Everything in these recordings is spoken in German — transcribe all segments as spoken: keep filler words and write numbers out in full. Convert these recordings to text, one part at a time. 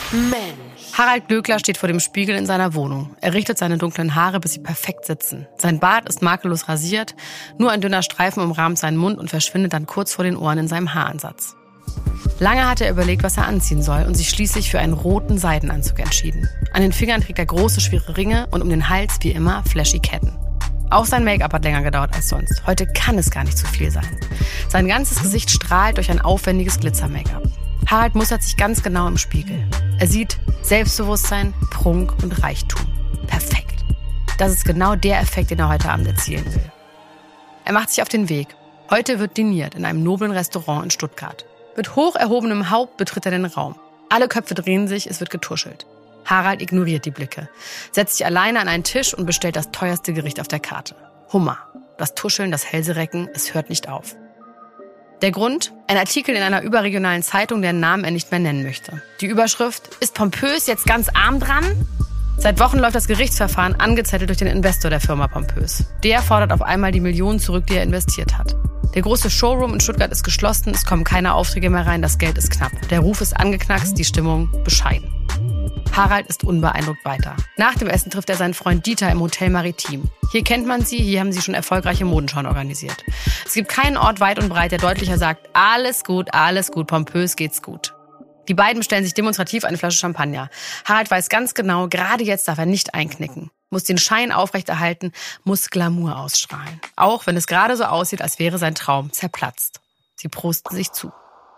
Mensch. Harald Glöckler steht vor dem Spiegel in seiner Wohnung. Er richtet seine dunklen Haare, bis sie perfekt sitzen. Sein Bart ist makellos rasiert, nur ein dünner Streifen umrahmt seinen Mund und verschwindet dann kurz vor den Ohren in seinem Haaransatz. Lange hat er überlegt, was er anziehen soll und sich schließlich für einen roten Seidenanzug entschieden. An den Fingern trägt er große, schwere Ringe und um den Hals, wie immer, flashy Ketten. Auch sein Make-up hat länger gedauert als sonst. Heute kann es gar nicht zu viel sein. Sein ganzes Gesicht strahlt durch ein aufwendiges Glitzer-Make-up. Harald mustert sich ganz genau im Spiegel. Er sieht Selbstbewusstsein, Prunk und Reichtum. Perfekt. Das ist genau der Effekt, den er heute Abend erzielen will. Er macht sich auf den Weg. Heute wird diniert in einem noblen Restaurant in Stuttgart. Mit hoch erhobenem Haupt betritt er den Raum. Alle Köpfe drehen sich, es wird getuschelt. Harald ignoriert die Blicke, setzt sich alleine an einen Tisch und bestellt das teuerste Gericht auf der Karte. Hummer. Das Tuscheln, das Hälserecken, es hört nicht auf. Der Grund? Ein Artikel in einer überregionalen Zeitung, deren Namen er nicht mehr nennen möchte. Die Überschrift: Ist Pompös jetzt ganz arm dran? Seit Wochen läuft das Gerichtsverfahren, angezettelt durch den Investor der Firma Pompös. Der fordert auf einmal die Millionen zurück, die er investiert hat. Der große Showroom in Stuttgart ist geschlossen, es kommen keine Aufträge mehr rein, das Geld ist knapp. Der Ruf ist angeknackst, die Stimmung bescheiden. Harald ist unbeeindruckt weiter. Nach dem Essen trifft er seinen Freund Dieter im Hotel Maritim. Hier kennt man sie, hier haben sie schon erfolgreiche Modenschauen organisiert. Es gibt keinen Ort weit und breit, der deutlicher sagt: Alles gut, alles gut, pompös geht's gut. Die beiden bestellen sich demonstrativ eine Flasche Champagner. Harald weiß ganz genau, gerade jetzt darf er nicht einknicken. Muss den Schein aufrechterhalten, muss Glamour ausstrahlen. Auch wenn es gerade so aussieht, als wäre sein Traum zerplatzt. Sie prosten sich zu.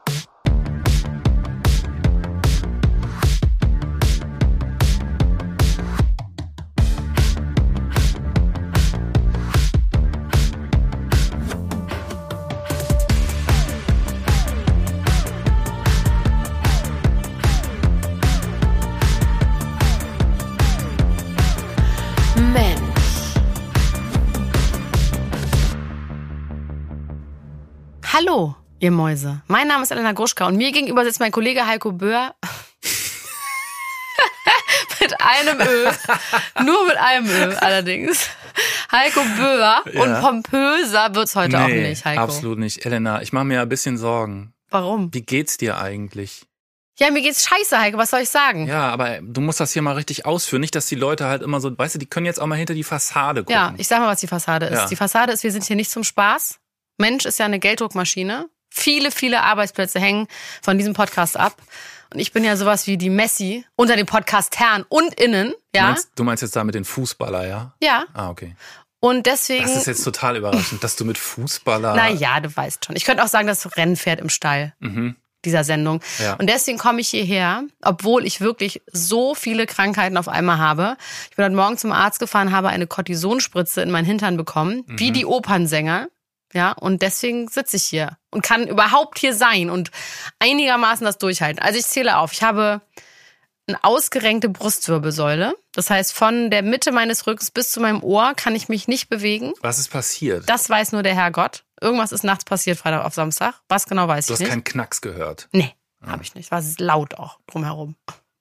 Hallo, ihr Mäuse. Mein Name ist Elena Gruschka und mir gegenüber sitzt mein Kollege Heiko Böhr mit einem Ö, nur mit einem Ö allerdings. Heiko Böhr ja. Und pompöser wird's heute nee, auch nicht, Heiko. Absolut nicht. Elena, ich mache mir ein bisschen Sorgen. Warum? Wie geht's dir eigentlich? Ja, mir geht's scheiße, Heiko, was soll ich sagen? Ja, aber du musst das hier mal richtig ausführen. Nicht, dass die Leute halt immer so, weißt du, die können jetzt auch mal hinter die Fassade gucken. Ja, ich sag mal, was die Fassade ist. Ja. Die Fassade ist, wir sind hier nicht zum Spaß. Mensch ist ja eine Gelddruckmaschine. Viele, viele Arbeitsplätze hängen von diesem Podcast ab. Und ich bin ja sowas wie die Messi unter den Podcast-Herren und Innen. Ja? Du meinst, du meinst jetzt da mit den Fußballer, ja? Ja. Ah, okay. Und deswegen... Das ist jetzt total überraschend, dass du mit Fußballer... Naja, du weißt schon. Ich könnte auch sagen, das Rennpferd im Stall mhm. dieser Sendung. Ja. Und deswegen komme ich hierher, obwohl ich wirklich so viele Krankheiten auf einmal habe. Ich bin heute Morgen zum Arzt gefahren, habe eine Kortisonspritze in meinen Hintern bekommen, mhm. wie die Opernsänger. Ja, und deswegen sitze ich hier und kann überhaupt hier sein und einigermaßen das durchhalten. Also ich zähle auf. Ich habe eine ausgerenkte Brustwirbelsäule. Das heißt, von der Mitte meines Rückens bis zu meinem Ohr kann ich mich nicht bewegen. Was ist passiert? Das weiß nur der Herrgott. Irgendwas ist nachts passiert, Freitag auf Samstag. Was genau weiß du ich nicht. Du hast keinen Knacks gehört? Nee, ja. habe ich nicht. War laut auch drumherum.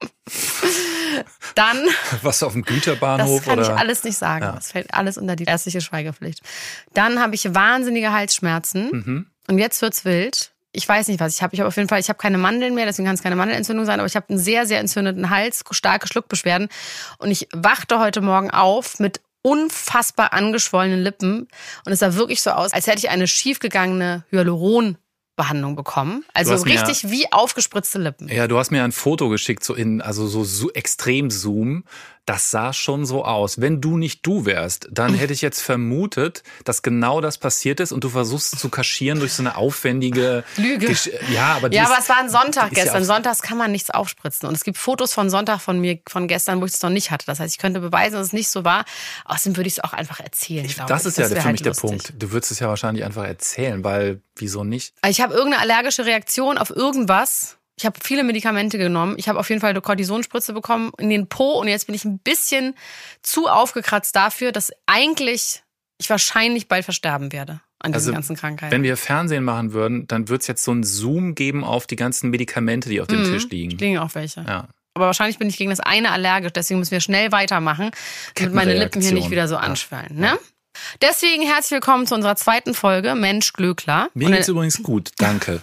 Dann... Was auf dem Güterbahnhof? Das kann oder? ich alles nicht sagen. Ja. Das fällt alles unter die ärztliche Schweigepflicht. Dann habe ich wahnsinnige Halsschmerzen. Mhm. Und jetzt wird's wild. Ich weiß nicht, was ich habe. Ich habe auf jeden Fall, ich habe keine Mandeln mehr, deswegen kann es keine Mandelentzündung sein, aber ich habe einen sehr, sehr entzündeten Hals, starke Schluckbeschwerden. Und ich wachte heute Morgen auf mit unfassbar angeschwollenen Lippen. Und es sah wirklich so aus, als hätte ich eine schiefgegangene Hyaluron Behandlung bekommen. Also richtig ja, wie aufgespritzte Lippen. Ja, du hast mir ein Foto geschickt, so in, also so, so extrem Zoom. Das sah schon so aus. Wenn du nicht du wärst, dann hätte ich jetzt vermutet, dass genau das passiert ist und du versuchst zu kaschieren durch so eine aufwendige Lüge. Gesch- ja, aber, ja, ist, aber es war ein Sonntag gestern. Ja Sonntags kann man nichts aufspritzen. Und es gibt Fotos von Sonntag von mir, von gestern, wo ich es noch nicht hatte. Das heißt, ich könnte beweisen, dass es nicht so war. Außerdem würde ich es auch einfach erzählen. Ich, das ist das ja für halt mich lustig. der Punkt. Du würdest es ja wahrscheinlich einfach erzählen, weil wieso nicht? Ich habe irgendeine allergische Reaktion auf irgendwas. Ich habe viele Medikamente genommen. Ich habe auf jeden Fall eine Kortisonspritze bekommen in den Po. Und jetzt bin ich ein bisschen zu aufgekratzt dafür, dass eigentlich ich wahrscheinlich bald versterben werde an diesen also, ganzen Krankheiten. Wenn wir Fernsehen machen würden, dann würde es jetzt so einen Zoom geben auf die ganzen Medikamente, die auf dem mhm, Tisch liegen. liegen auch welche. Ja. Aber wahrscheinlich bin ich gegen das eine allergisch. Deswegen müssen wir schnell weitermachen, damit meine Lippen hier nicht wieder so anschwellen. Ne? Ja. Deswegen herzlich willkommen zu unserer zweiten Folge Mensch Glöckler. Mir geht's übrigens gut, danke.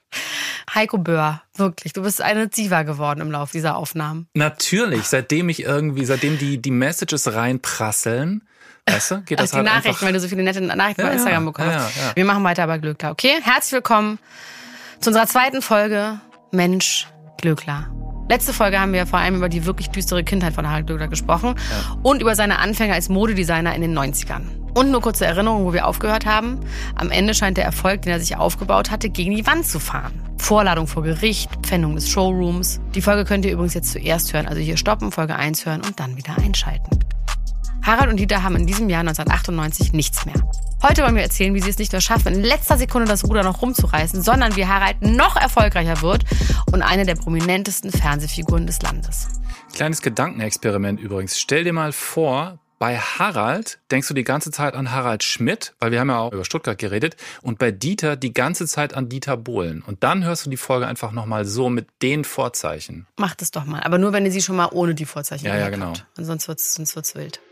Heiko Böhr, wirklich. Du bist eine Diva geworden im Laufe dieser Aufnahmen. Natürlich, seitdem ich irgendwie, seitdem die, die Messages reinprasseln, weißt du, geht das also halt die Nachrichten, einfach. weil du so viele nette Nachrichten Ja, bei Instagram ja, bekommst. ja, ja. Wir machen weiter bei Glöckler, okay? Herzlich willkommen zu unserer zweiten Folge Mensch Glöckler. Letzte Folge haben wir vor allem über die wirklich düstere Kindheit von Harald Glöckler gesprochen ja. und über seine Anfänge als Modedesigner in den neunzigern. Und nur kurze Erinnerung, wo wir aufgehört haben. Am Ende scheint der Erfolg, den er sich aufgebaut hatte, gegen die Wand zu fahren. Vorladung vor Gericht, Pfändung des Showrooms. Die Folge könnt ihr übrigens jetzt zuerst hören. Also hier stoppen, Folge eins hören und dann wieder einschalten. Harald und Dieter haben in diesem Jahr neunzehnhundertachtundneunzig nichts mehr. Heute wollen wir erzählen, wie sie es nicht nur schaffen, in letzter Sekunde das Ruder noch rumzureißen, sondern wie Harald noch erfolgreicher wird und eine der prominentesten Fernsehfiguren des Landes. Kleines Gedankenexperiment übrigens. Stell dir mal vor, bei Harald denkst du die ganze Zeit an Harald Schmidt, weil wir haben ja auch über Stuttgart geredet, und bei Dieter die ganze Zeit an Dieter Bohlen. Und dann hörst du die Folge einfach nochmal so mit den Vorzeichen. Mach das doch mal, aber nur, wenn ihr sie schon mal ohne die Vorzeichen ja, ja, genau. habt. Sonst wird's, sonst wird's wild.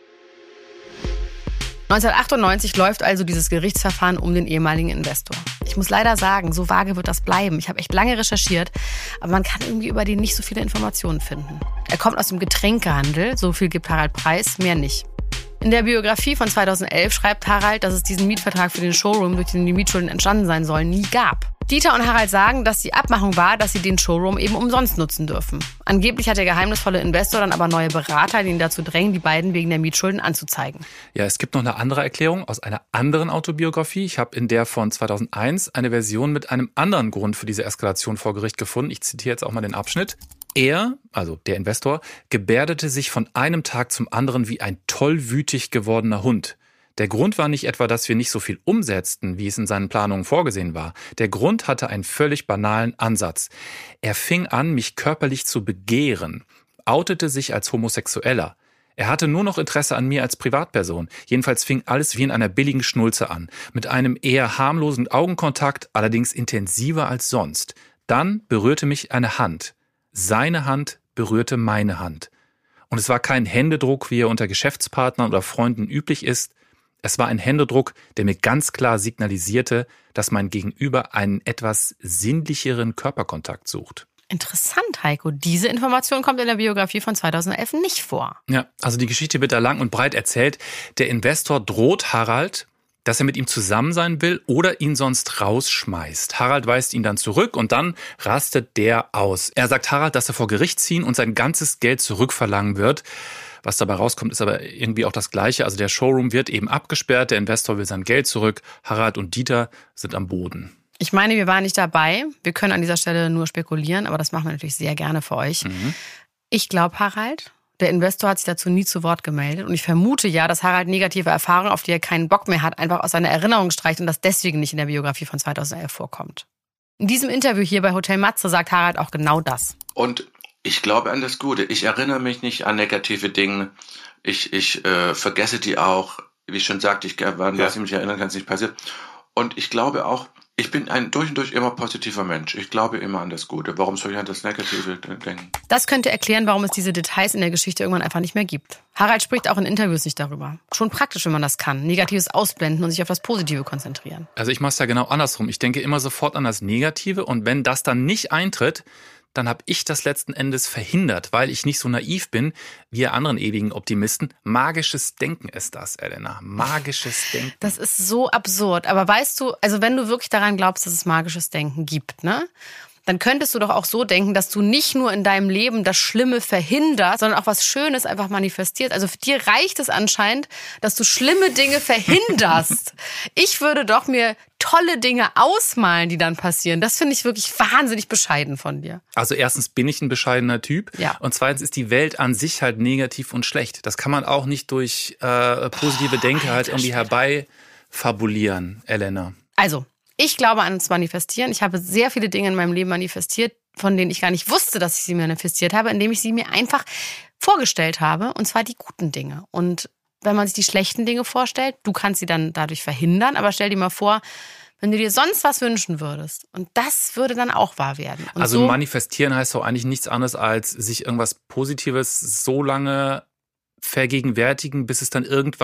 neunzehnhundertachtundneunzig läuft also dieses Gerichtsverfahren um den ehemaligen Investor. Ich muss leider sagen, so vage wird das bleiben. Ich habe echt lange recherchiert, aber man kann irgendwie über den nicht so viele Informationen finden. Er kommt aus dem Getränkehandel, so viel gibt Harald preis, mehr nicht. In der Biografie von zweitausendelf schreibt Harald, dass es diesen Mietvertrag für den Showroom, durch den die Mietschulden entstanden sein sollen, nie gab. Dieter und Harald sagen, dass die Abmachung war, dass sie den Showroom eben umsonst nutzen dürfen. Angeblich hat der geheimnisvolle Investor dann aber neue Berater, die ihn dazu drängen, die beiden wegen der Mietschulden anzuzeigen. Ja, es gibt noch eine andere Erklärung aus einer anderen Autobiografie. Ich habe in der von zweitausendeins eine Version mit einem anderen Grund für diese Eskalation vor Gericht gefunden. Ich zitiere jetzt auch mal den Abschnitt. Er, also der Investor, gebärdete sich von einem Tag zum anderen wie ein tollwütig gewordener Hund. Der Grund war nicht etwa, dass wir nicht so viel umsetzten, wie es in seinen Planungen vorgesehen war. Der Grund hatte einen völlig banalen Ansatz. Er fing an, mich körperlich zu begehren, outete sich als Homosexueller. Er hatte nur noch Interesse an mir als Privatperson. Jedenfalls fing alles wie in einer billigen Schnulze an, mit einem eher harmlosen Augenkontakt, allerdings intensiver als sonst. Dann berührte mich eine Hand. Seine Hand berührte meine Hand. Und es war kein Händedruck, wie er unter Geschäftspartnern oder Freunden üblich ist. Es war ein Händedruck, der mir ganz klar signalisierte, dass mein Gegenüber einen etwas sinnlicheren Körperkontakt sucht. Interessant, Heiko. Diese Information kommt in der Biografie von zweitausendelf nicht vor. Ja, also die Geschichte wird da lang und breit erzählt. Der Investor droht Harald, dass er mit ihm zusammen sein will oder ihn sonst rausschmeißt. Harald weist ihn dann zurück und dann rastet der aus. Er sagt Harald, dass er vor Gericht ziehen und sein ganzes Geld zurückverlangen wird. Was dabei rauskommt, ist aber irgendwie auch das Gleiche. Also der Showroom wird eben abgesperrt, der Investor will sein Geld zurück. Harald und Dieter sind am Boden. Ich meine, wir waren nicht dabei. Wir können an dieser Stelle nur spekulieren, aber das machen wir natürlich sehr gerne für euch. Mhm. Ich glaube, Harald, der Investor hat sich dazu nie zu Wort gemeldet. Und ich vermute ja, dass Harald negative Erfahrungen, auf die er keinen Bock mehr hat, einfach aus seiner Erinnerung streicht und das deswegen nicht in der Biografie von zweitausendelf vorkommt. In diesem Interview hier bei Hotel Matze sagt Harald auch genau das. Und ich glaube an das Gute. Ich erinnere mich nicht an negative Dinge. Ich, ich äh, vergesse die auch. Wie ich schon sagte, ich, an was ich mich erinnern kann, ist nicht passiert. Und ich glaube auch, ich bin ein durch und durch immer positiver Mensch. Ich glaube immer an das Gute. Warum soll ich an das Negative denken? Das könnte erklären, warum es diese Details in der Geschichte irgendwann einfach nicht mehr gibt. Harald spricht auch in Interviews nicht darüber. Schon praktisch, wenn man das kann. Negatives ausblenden und sich auf das Positive konzentrieren. Also ich mache es ja genau andersrum. Ich denke immer sofort an das Negative und wenn das dann nicht eintritt, dann habe ich das letzten Endes verhindert, weil ich nicht so naiv bin wie ihr anderen ewigen Optimisten. Magisches Denken ist das, Elena. Magisches Denken. Das ist so absurd. Aber weißt du, also wenn du wirklich daran glaubst, dass es magisches Denken gibt, ne? Dann könntest du doch auch so denken, dass du nicht nur in deinem Leben das Schlimme verhinderst, sondern auch was Schönes einfach manifestierst. Also für dir reicht es anscheinend, dass du schlimme Dinge verhinderst. Ich würde doch mir tolle Dinge ausmalen, die dann passieren. Das finde ich wirklich wahnsinnig bescheiden von dir. Also erstens bin ich ein bescheidener Typ. Ja. Und zweitens ist die Welt an sich halt negativ und schlecht. Das kann man auch nicht durch äh, positive Boah, Denke halt irgendwie herbeifabulieren, Elena. Also, ich glaube ans Manifestieren. Ich habe sehr viele Dinge in meinem Leben manifestiert, von denen ich gar nicht wusste, dass ich sie manifestiert habe, indem ich sie mir einfach vorgestellt habe, und zwar die guten Dinge. Und wenn man sich die schlechten Dinge vorstellt, du kannst sie dann dadurch verhindern, aber stell dir mal vor, wenn du dir sonst was wünschen würdest, und das würde dann auch wahr werden. Und also so manifestieren heißt doch eigentlich nichts anderes, als sich irgendwas Positives so lange vergegenwärtigen, bis es dann irgendwann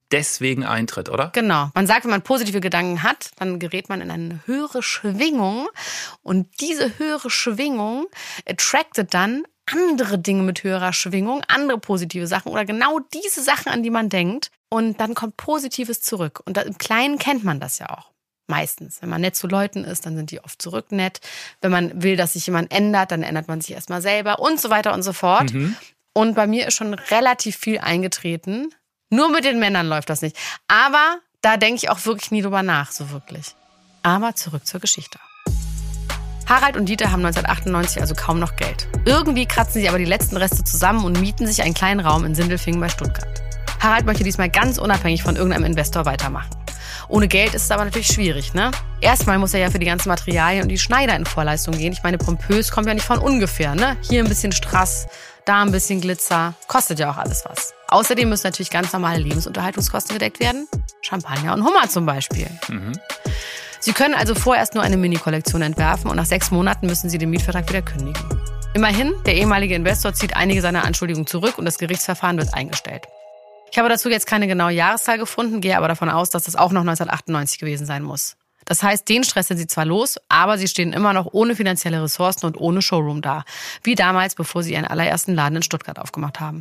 deswegen eintritt, oder? Genau. Man sagt, wenn man positive Gedanken hat, dann gerät man in eine höhere Schwingung. Und diese höhere Schwingung attractet dann andere Dinge mit höherer Schwingung, andere positive Sachen oder genau diese Sachen, an die man denkt. Und dann kommt Positives zurück. Und im Kleinen kennt man das ja auch. Meistens. Wenn man nett zu Leuten ist, dann sind die oft zurück nett. Wenn man will, dass sich jemand ändert, dann ändert man sich erstmal selber und so weiter und so fort. Mhm. Und bei mir ist schon relativ viel eingetreten. Nur mit den Männern läuft das nicht. Aber da denke ich auch wirklich nie drüber nach, so wirklich. Aber zurück zur Geschichte. Harald und Dieter haben neunzehnhundertachtundneunzig also kaum noch Geld. Irgendwie kratzen sie aber die letzten Reste zusammen und mieten sich einen kleinen Raum in Sindelfingen bei Stuttgart. Harald möchte diesmal ganz unabhängig von irgendeinem Investor weitermachen. Ohne Geld ist es aber natürlich schwierig, ne? Erstmal muss er ja für die ganzen Materialien und die Schneider in Vorleistung gehen. Ich meine, pompös kommt ja nicht von ungefähr, ne? Hier ein bisschen Strass, da ein bisschen Glitzer. Kostet ja auch alles was. Außerdem müssen natürlich ganz normale Lebensunterhaltungskosten gedeckt werden. Champagner und Hummer zum Beispiel. Mhm. Sie können also vorerst nur eine Mini-Kollektion entwerfen und nach sechs Monaten müssen Sie den Mietvertrag wieder kündigen. Immerhin, der ehemalige Investor zieht einige seiner Anschuldigungen zurück und das Gerichtsverfahren wird eingestellt. Ich habe dazu jetzt keine genaue Jahreszahl gefunden, gehe aber davon aus, dass das auch noch neunzehnhundertachtundneunzig gewesen sein muss. Das heißt, den Stress sind sie zwar los, aber sie stehen immer noch ohne finanzielle Ressourcen und ohne Showroom da. Wie damals, bevor sie ihren allerersten Laden in Stuttgart aufgemacht haben.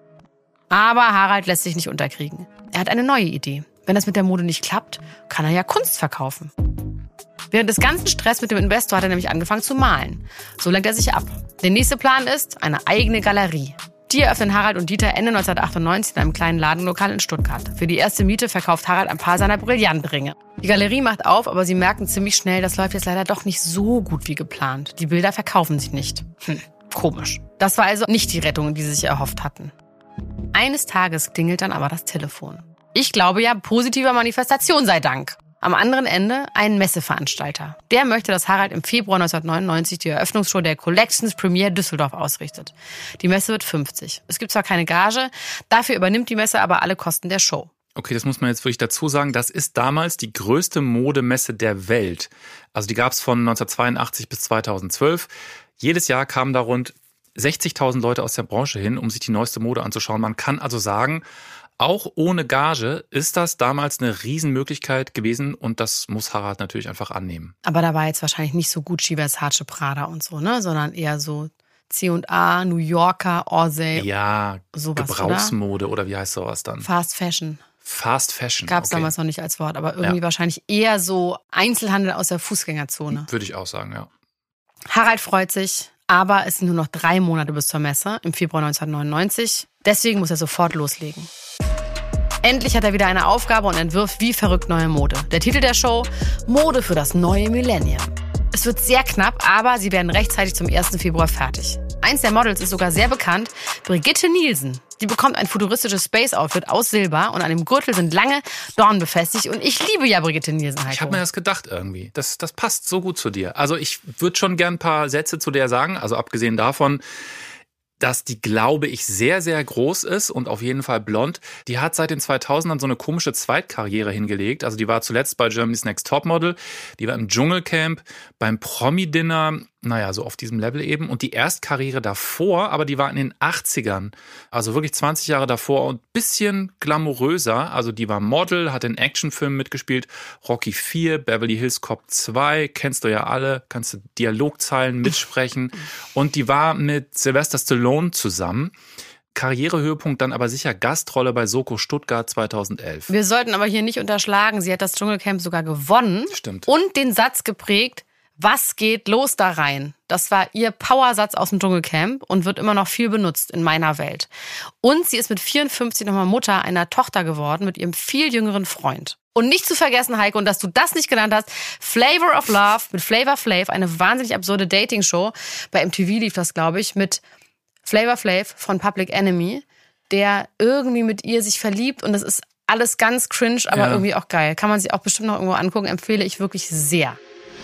Aber Harald lässt sich nicht unterkriegen. Er hat eine neue Idee. Wenn das mit der Mode nicht klappt, kann er ja Kunst verkaufen. Während des ganzen Stress mit dem Investor hat er nämlich angefangen zu malen. So lenkt er sich ab. Der nächste Plan ist eine eigene Galerie. Die eröffnen Harald und Dieter Ende neunzehnhundertachtundneunzig in einem kleinen Ladenlokal in Stuttgart. Für die erste Miete verkauft Harald ein paar seiner Brillantringe. Die Galerie macht auf, aber sie merken ziemlich schnell, das läuft jetzt leider doch nicht so gut wie geplant. Die Bilder verkaufen sich nicht. Hm, komisch. Das war also nicht die Rettung, die sie sich erhofft hatten. Eines Tages klingelt dann aber das Telefon. Ich glaube ja, positiver Manifestation sei Dank. Am anderen Ende ein Messeveranstalter. Der möchte, dass Harald im Februar neunzehnhundertneunundneunzig die Eröffnungsshow der Collections Premiere Düsseldorf ausrichtet. Die Messe wird fünfzig. Es gibt zwar keine Gage, dafür übernimmt die Messe aber alle Kosten der Show. Okay, das muss man jetzt wirklich dazu sagen. Das ist damals die größte Modemesse der Welt. Also die gab es von neunzehnhundertzweiundachtzig bis zweitausendzwölf. Jedes Jahr kamen da rund sechzigtausend Leute aus der Branche hin, um sich die neueste Mode anzuschauen. Man kann also sagen, auch ohne Gage ist das damals eine Riesenmöglichkeit gewesen und das muss Harald natürlich einfach annehmen. Aber da war jetzt wahrscheinlich nicht so Gucci, Versace, Prada und so, ne? Sondern eher so C und A, New Yorker, Orsay. Ja, sowas, Gebrauchsmode oder? oder wie heißt sowas dann? Fast Fashion. Fast Fashion. Gab es okay. damals noch nicht als Wort, aber irgendwie ja. wahrscheinlich eher so Einzelhandel aus der Fußgängerzone. Würde ich auch sagen, ja. Harald freut sich, aber es sind nur noch drei Monate bis zur Messe im Februar neunzehnhundertneunundneunzig. Deswegen muss er sofort loslegen. Endlich hat er wieder eine Aufgabe und entwirft wie verrückt neue Mode. Der Titel der Show: Mode für das neue Millennium. Es wird sehr knapp, aber sie werden rechtzeitig zum ersten Februar fertig. Eins der Models ist sogar sehr bekannt, Brigitte Nielsen. Die bekommt ein futuristisches Space-Outfit aus Silber und an dem Gürtel sind lange Dornen befestigt. Und ich liebe ja Brigitte Nielsen, Heiko. Ich habe mir das gedacht irgendwie. Das, das passt so gut zu dir. Also ich würde schon gern ein paar Sätze zu der sagen. Also abgesehen davon, dass die, glaube ich, sehr, sehr groß ist und auf jeden Fall blond. Die hat seit den zweitausendern so eine komische Zweitkarriere hingelegt. Also die war zuletzt bei Germany's Next Topmodel, die war im Dschungelcamp, beim Promi-Dinner, naja, so auf diesem Level eben. Und die Erstkarriere davor, aber die war in den achtzigern, also wirklich zwanzig Jahre davor und ein bisschen glamouröser. Also die war Model, hat in Actionfilmen mitgespielt, Rocky vier, Beverly Hills Cop zwei, kennst du ja alle, kannst du Dialogzeilen mitsprechen. Und die war mit Sylvester Stallone zusammen. Karrierehöhepunkt dann aber sicher Gastrolle bei Soko Stuttgart zweitausendelf. Wir sollten aber hier nicht unterschlagen, sie hat das Dschungelcamp sogar gewonnen. Stimmt. Und den Satz geprägt: Was geht los da rein? Das war ihr Powersatz aus dem Dschungelcamp und wird immer noch viel benutzt in meiner Welt. Und sie ist mit vierundfünfzig nochmal Mutter einer Tochter geworden mit ihrem viel jüngeren Freund. Und nicht zu vergessen, Heiko, und dass du das nicht genannt hast, Flavor of Love mit Flavor Flav, eine wahnsinnig absurde Dating-Show. Bei M T V lief das, glaube ich, mit Flavor Flav von Public Enemy, der irgendwie mit ihr sich verliebt und das ist alles ganz cringe, aber ja. irgendwie auch geil. Kann man sich auch bestimmt noch irgendwo angucken, empfehle ich wirklich sehr.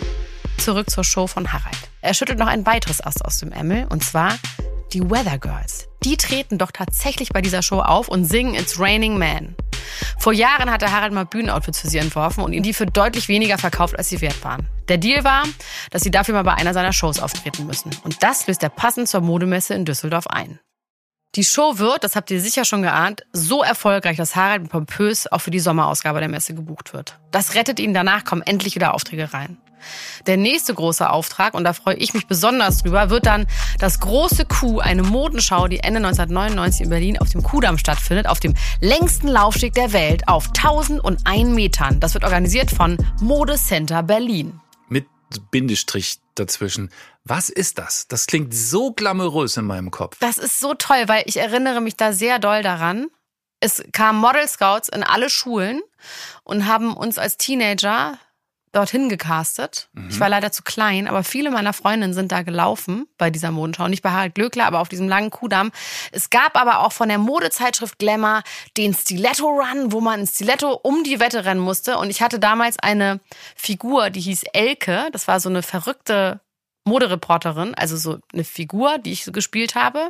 Zurück zur Show von Harald. Er schüttelt noch ein weiteres Ast aus dem Ärmel, und zwar die Weather Girls. Die treten doch tatsächlich bei dieser Show auf und singen It's Raining Man. Vor Jahren hatte Harald mal Bühnenoutfits für sie entworfen und ihnen die für deutlich weniger verkauft, als sie wert waren. Der Deal war, dass sie dafür mal bei einer seiner Shows auftreten müssen. Und das löst er passend zur Modemesse in Düsseldorf ein. Die Show wird, das habt ihr sicher schon geahnt, so erfolgreich, dass Harald mit Pompös auch für die Sommerausgabe der Messe gebucht wird. Das rettet ihn, danach kommen endlich wieder Aufträge rein. Der nächste große Auftrag, und da freue ich mich besonders drüber, wird dann das große Kuh, eine Modenschau, die Ende neunzehnhundertneunundneunzig in Berlin auf dem Kuhdamm stattfindet, auf dem längsten Laufsteg der Welt auf tausendeins Metern. Das wird organisiert von Modecenter Berlin. Mit Bindestrich dazwischen. Was ist das? Das klingt so glamourös in meinem Kopf. Das ist so toll, weil ich erinnere mich da sehr doll daran. Es kamen Model Scouts in alle Schulen und haben uns als Teenager dorthin gecastet. Mhm. Ich war leider zu klein, aber viele meiner Freundinnen sind da gelaufen bei dieser Modenschau. Nicht bei Harald Glöckler, aber auf diesem langen Kuhdamm. Es gab aber auch von der Modezeitschrift Glamour den Stiletto Run, wo man ein Stiletto um die Wette rennen musste. Und ich hatte damals eine Figur, die hieß Elke. Das war so eine verrückte Modereporterin, also so eine Figur, die ich so gespielt habe.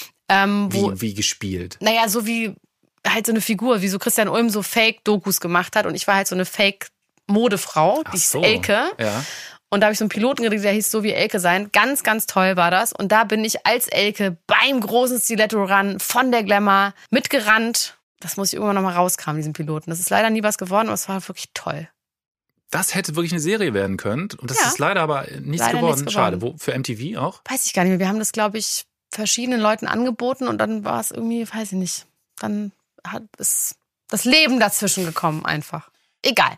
Ähm, wo, wie, wie gespielt? Naja, so wie halt so eine Figur, wie so Christian Ulm so Fake-Dokus gemacht hat. Und ich war halt so eine Fake-Modefrau, die hieß so. Elke. Ja. Und da habe ich so einen Piloten gekriegt, der hieß so wie Elke sein. Ganz, ganz toll war das. Und da bin ich als Elke beim großen Stiletto-Run von der Glamour mitgerannt. Das muss ich irgendwann nochmal rauskramen, diesen Piloten. Das ist leider nie was geworden, aber es war wirklich toll. Das hätte wirklich eine Serie werden können. Und das ja. ist leider aber nichts leider geworden. Nichts Schade. geworden. Wo, für M T V auch? Weiß ich gar nicht mehr. Wir haben das, glaube ich, verschiedenen Leuten angeboten und dann war es irgendwie, weiß ich nicht. Dann hat es das Leben dazwischen gekommen einfach. Egal.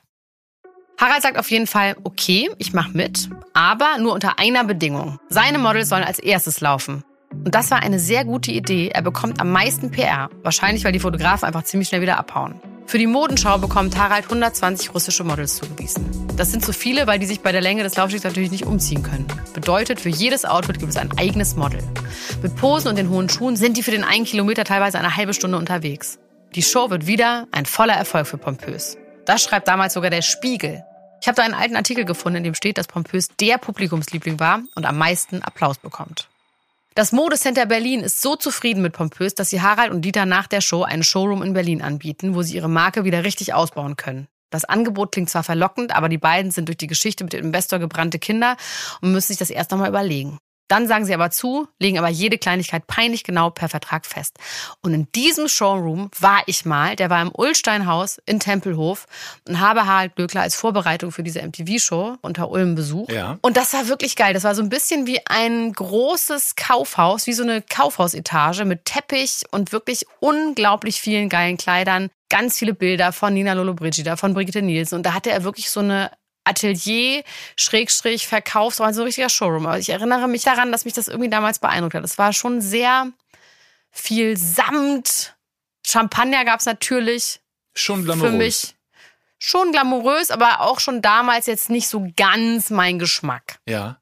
Harald sagt auf jeden Fall, okay, ich mache mit, aber nur unter einer Bedingung. Seine Models sollen als erstes laufen. Und das war eine sehr gute Idee. Er bekommt am meisten P R. Wahrscheinlich, weil die Fotografen einfach ziemlich schnell wieder abhauen. Für die Modenschau bekommt Harald hundertzwanzig russische Models zugewiesen. Das sind so viele, weil die sich bei der Länge des Laufstegs natürlich nicht umziehen können. Bedeutet, für jedes Outfit gibt es ein eigenes Model. Mit Posen und den hohen Schuhen sind die für den einen Kilometer teilweise eine halbe Stunde unterwegs. Die Show wird wieder ein voller Erfolg für Pompös. Das schreibt damals sogar der Spiegel. Ich habe da einen alten Artikel gefunden, in dem steht, dass Pompös der Publikumsliebling war und am meisten Applaus bekommt. Das Modecenter Berlin ist so zufrieden mit Pompös, dass sie Harald und Dieter nach der Show einen Showroom in Berlin anbieten, wo sie ihre Marke wieder richtig ausbauen können. Das Angebot klingt zwar verlockend, aber die beiden sind durch die Geschichte mit dem Investor gebrannte Kinder und müssen sich das erst noch mal überlegen. Dann sagen sie aber zu, legen aber jede Kleinigkeit peinlich genau per Vertrag fest. Und in diesem Showroom war ich mal, der war im Ullsteinhaus in Tempelhof und habe Harald Glöckler als Vorbereitung für diese M T V-Show unter Ulm besucht. Ja. Und das war wirklich geil. Das war so ein bisschen wie ein großes Kaufhaus, wie so eine Kaufhausetage mit Teppich und wirklich unglaublich vielen geilen Kleidern. Ganz viele Bilder von Nina Lollobrigida, von Brigitte Nielsen. Und da hatte er wirklich so eine Atelier, Schrägstrich, Verkaufsraum, so ein richtiger Showroom. Aber ich erinnere mich daran, dass mich das irgendwie damals beeindruckt hat. Es war schon sehr viel Samt. Champagner gab es natürlich. Schon glamourös. Für mich schon glamourös, aber auch schon damals jetzt nicht so ganz mein Geschmack. Ja.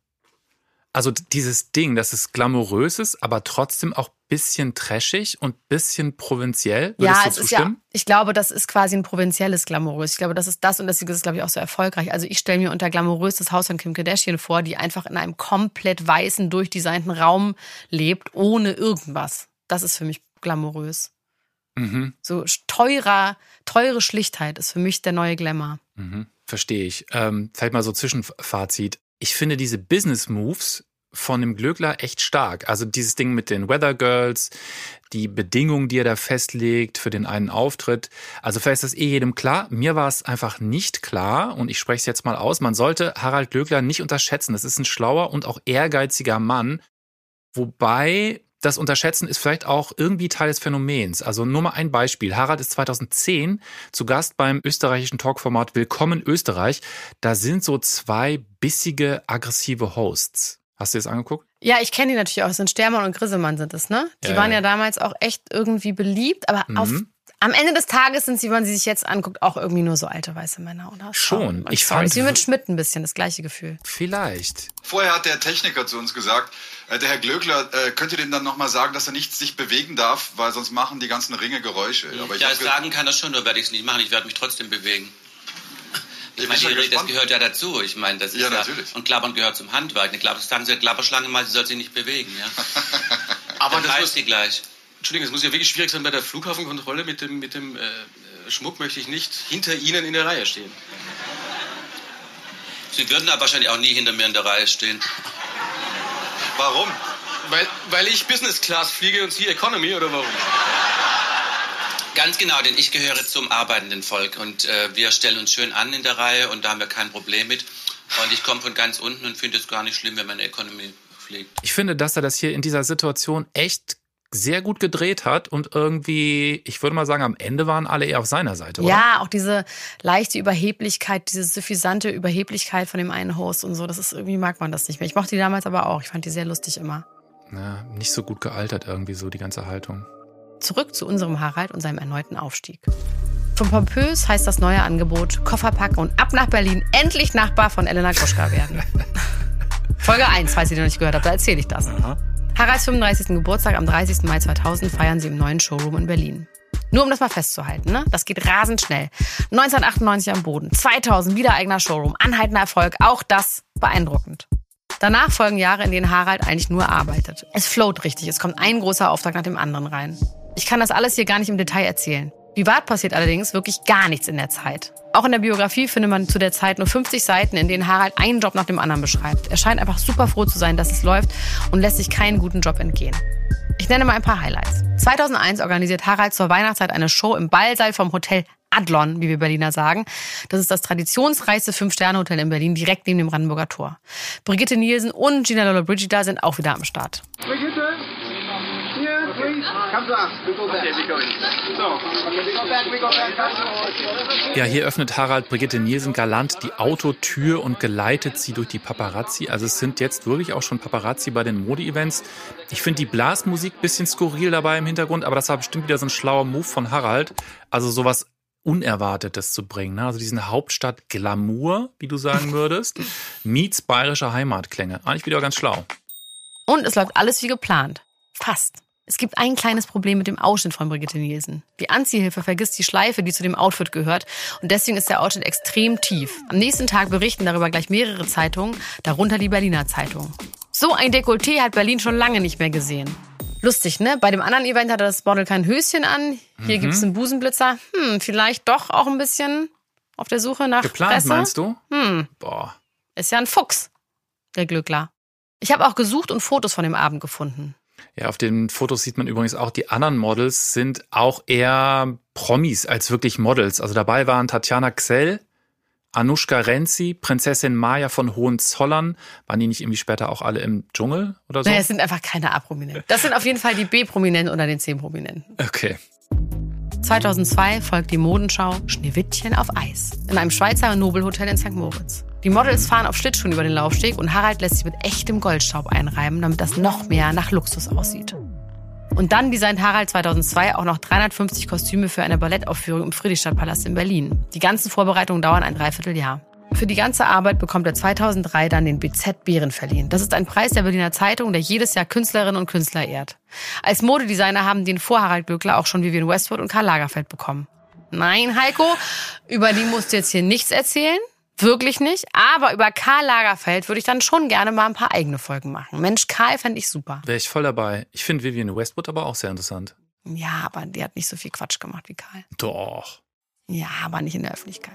Also dieses Ding, dass es glamourös ist, aber trotzdem auch ein bisschen trashig und ein bisschen provinziell. Würdest ja, du es zustimmen? ist ja, ich glaube, das ist quasi ein provinzielles Glamourös. Ich glaube, das ist das und deswegen ist es, glaube ich, auch so erfolgreich. Also ich stelle mir unter glamourös das Haus von Kim Kardashian vor, die einfach in einem komplett weißen, durchdesignten Raum lebt, ohne irgendwas. Das ist für mich glamourös. Mhm. So teurer, teure Schlichtheit ist für mich der neue Glamour. Mhm. Verstehe ich. Ähm, vielleicht mal so Zwischenfazit. Ich finde diese Business Moves von dem Glöckler echt stark. Also dieses Ding mit den Weather Girls, die Bedingungen, die er da festlegt für den einen Auftritt. Also vielleicht ist das eh jedem klar. Mir war es einfach nicht klar und ich spreche es jetzt mal aus. Man sollte Harald Glöckler nicht unterschätzen. Das ist ein schlauer und auch ehrgeiziger Mann. Wobei das Unterschätzen ist vielleicht auch irgendwie Teil des Phänomens. Also nur mal ein Beispiel. Harald ist zweitausendzehn zu Gast beim österreichischen Talkformat Willkommen Österreich. Da sind so zwei bissige, aggressive Hosts. Hast du das angeguckt? Ja, ich kenne die natürlich auch. Das sind Stermann und Grissemann sind es, ne? Die ja, waren ja. ja damals auch echt irgendwie beliebt. Aber mhm. auf, am Ende des Tages sind sie, wenn man sie sich jetzt anguckt, auch irgendwie nur so alte weiße Männer, oder? Schon. Ich sorry. Ist wie mit Schmidt ein bisschen das gleiche Gefühl. Vielleicht. Vorher hat der Techniker zu uns gesagt, äh, der Herr Glöckler, äh, könnt ihr dem dann nochmal sagen, dass er nicht sich bewegen darf, weil sonst machen die ganzen Ringe Geräusche. Aber ich ja, hab sagen kann das schon, nur werde ich es nicht machen. Ich werde mich trotzdem bewegen. Ich meine, ja das gehört ja dazu. Ich meine, das ist ja, ja, natürlich. Und Klappern gehört zum Handwerk. Eine Klapper, sagen Sie, Klapperschlange mal, sie soll sich nicht bewegen. Ja? Aber dann das heißt muss, sie gleich. Entschuldigung, es muss ja wirklich schwierig sein bei der Flughafenkontrolle mit dem, mit dem äh, Schmuck möchte ich nicht hinter Ihnen in der Reihe stehen. Sie würden aber wahrscheinlich auch nie hinter mir in der Reihe stehen. Warum? Weil, weil ich Business Class fliege und Sie Economy, oder warum? Ganz genau, denn ich gehöre zum arbeitenden Volk und äh, wir stellen uns schön an in der Reihe und da haben wir kein Problem mit. Und ich komme von ganz unten und finde es gar nicht schlimm, wenn man Economy fliegt. Ich finde, dass er das hier in dieser Situation echt sehr gut gedreht hat und irgendwie, ich würde mal sagen, am Ende waren alle eher auf seiner Seite, oder? Ja, auch diese leichte Überheblichkeit, diese suffisante Überheblichkeit von dem einen Host und so, das ist irgendwie, mag man das nicht mehr. Ich mochte die damals aber auch, ich fand die sehr lustig immer. Ja, nicht so gut gealtert irgendwie so, die ganze Haltung. Zurück zu unserem Harald und seinem erneuten Aufstieg. Von pompös heißt das neue Angebot, Koffer packen und ab nach Berlin, endlich Nachbar von Elena Gruschka werden. Folge eins, falls ihr noch nicht gehört habt, da erzähle ich das. Aha. Haralds fünfunddreißigsten Geburtstag am dreißigsten Mai zweitausend feiern sie im neuen Showroom in Berlin. Nur um das mal festzuhalten, ne? Das geht rasend schnell. neunzehnhundertachtundneunzig am Boden, zweitausend wieder eigener Showroom, anhaltender Erfolg, auch das beeindruckend. Danach folgen Jahre, in denen Harald eigentlich nur arbeitet. Es float richtig, es kommt ein großer Auftrag nach dem anderen rein. Ich kann das alles hier gar nicht im Detail erzählen. Privat passiert allerdings wirklich gar nichts in der Zeit. Auch in der Biografie findet man zu der Zeit nur fünfzig Seiten, in denen Harald einen Job nach dem anderen beschreibt. Er scheint einfach super froh zu sein, dass es läuft und lässt sich keinen guten Job entgehen. Ich nenne mal ein paar Highlights. zweitausendeins organisiert Harald zur Weihnachtszeit eine Show im Ballsaal vom Hotel Adlon, wie wir Berliner sagen. Das ist das traditionsreichste Fünf-Sterne-Hotel in Berlin, direkt neben dem Brandenburger Tor. Brigitte Nielsen und Gina Lollobrigida sind auch wieder am Start. Brigitte? Here, please. Come to us. We go back. Okay, we go. So, we go back, we go back. Ja, hier öffnet Harald Brigitte Nielsen galant die Autotür und geleitet sie durch die Paparazzi. Also es sind jetzt wirklich auch schon Paparazzi bei den Mode-Events. Ich finde die Blasmusik ein bisschen skurril dabei im Hintergrund, aber das war bestimmt wieder so ein schlauer Move von Harald. Also sowas Unerwartetes zu bringen. Also diesen Hauptstadt-Glamour, wie du sagen würdest, meets bayerische Heimatklänge. Eigentlich wieder ganz schlau. Und es läuft alles wie geplant. Fast. Es gibt ein kleines Problem mit dem Ausschnitt von Brigitte Nielsen. Die Anziehhilfe vergisst die Schleife, die zu dem Outfit gehört. Und deswegen ist der Ausschnitt extrem tief. Am nächsten Tag berichten darüber gleich mehrere Zeitungen, darunter die Berliner Zeitung. So ein Dekolleté hat Berlin schon lange nicht mehr gesehen. Lustig, ne? Bei dem anderen Event hatte das Model kein Höschen an. Hier mhm. gibt's einen Busenblitzer. Hm, vielleicht doch auch ein bisschen auf der Suche nach Geplant, Presse. Meinst du? Hm. Boah. Ist ja ein Fuchs, der Glückler. Ich habe auch gesucht und Fotos von dem Abend gefunden. Ja, auf den Fotos sieht man übrigens auch, die anderen Models sind auch eher Promis als wirklich Models. Also dabei waren Tatjana Ksell, Anushka Renzi, Prinzessin Maya von Hohenzollern. Waren die nicht irgendwie später auch alle im Dschungel oder so? Naja, es sind einfach keine A-Prominenten. Das sind auf jeden Fall die B-Prominenten unter den C-Prominenten. Okay. zweitausendzwei folgt die Modenschau Schneewittchen auf Eis in einem Schweizer Nobelhotel in Sankt Moritz. Die Models fahren auf Schlittschuhen über den Laufsteg und Harald lässt sich mit echtem Goldstaub einreiben, damit das noch mehr nach Luxus aussieht. Und dann designt Harald zweitausendzwei auch noch dreihundertfünfzig Kostüme für eine Ballettaufführung im Friedrichstadtpalast in Berlin. Die ganzen Vorbereitungen dauern ein Dreivierteljahr. Für die ganze Arbeit bekommt er zweitausenddrei dann den B Z Bären verliehen. Das ist ein Preis der Berliner Zeitung, der jedes Jahr Künstlerinnen und Künstler ehrt. Als Modedesigner haben den vor Harald Glöckler auch schon Vivienne Westwood und Karl Lagerfeld bekommen. Nein, Heiko, über die musst du jetzt hier nichts erzählen. Wirklich nicht. Aber über Karl Lagerfeld würde ich dann schon gerne mal ein paar eigene Folgen machen. Mensch, Karl fände ich super. Wäre ich voll dabei. Ich finde Vivienne Westwood aber auch sehr interessant. Ja, aber die hat nicht so viel Quatsch gemacht wie Karl. Doch. Ja, aber nicht in der Öffentlichkeit.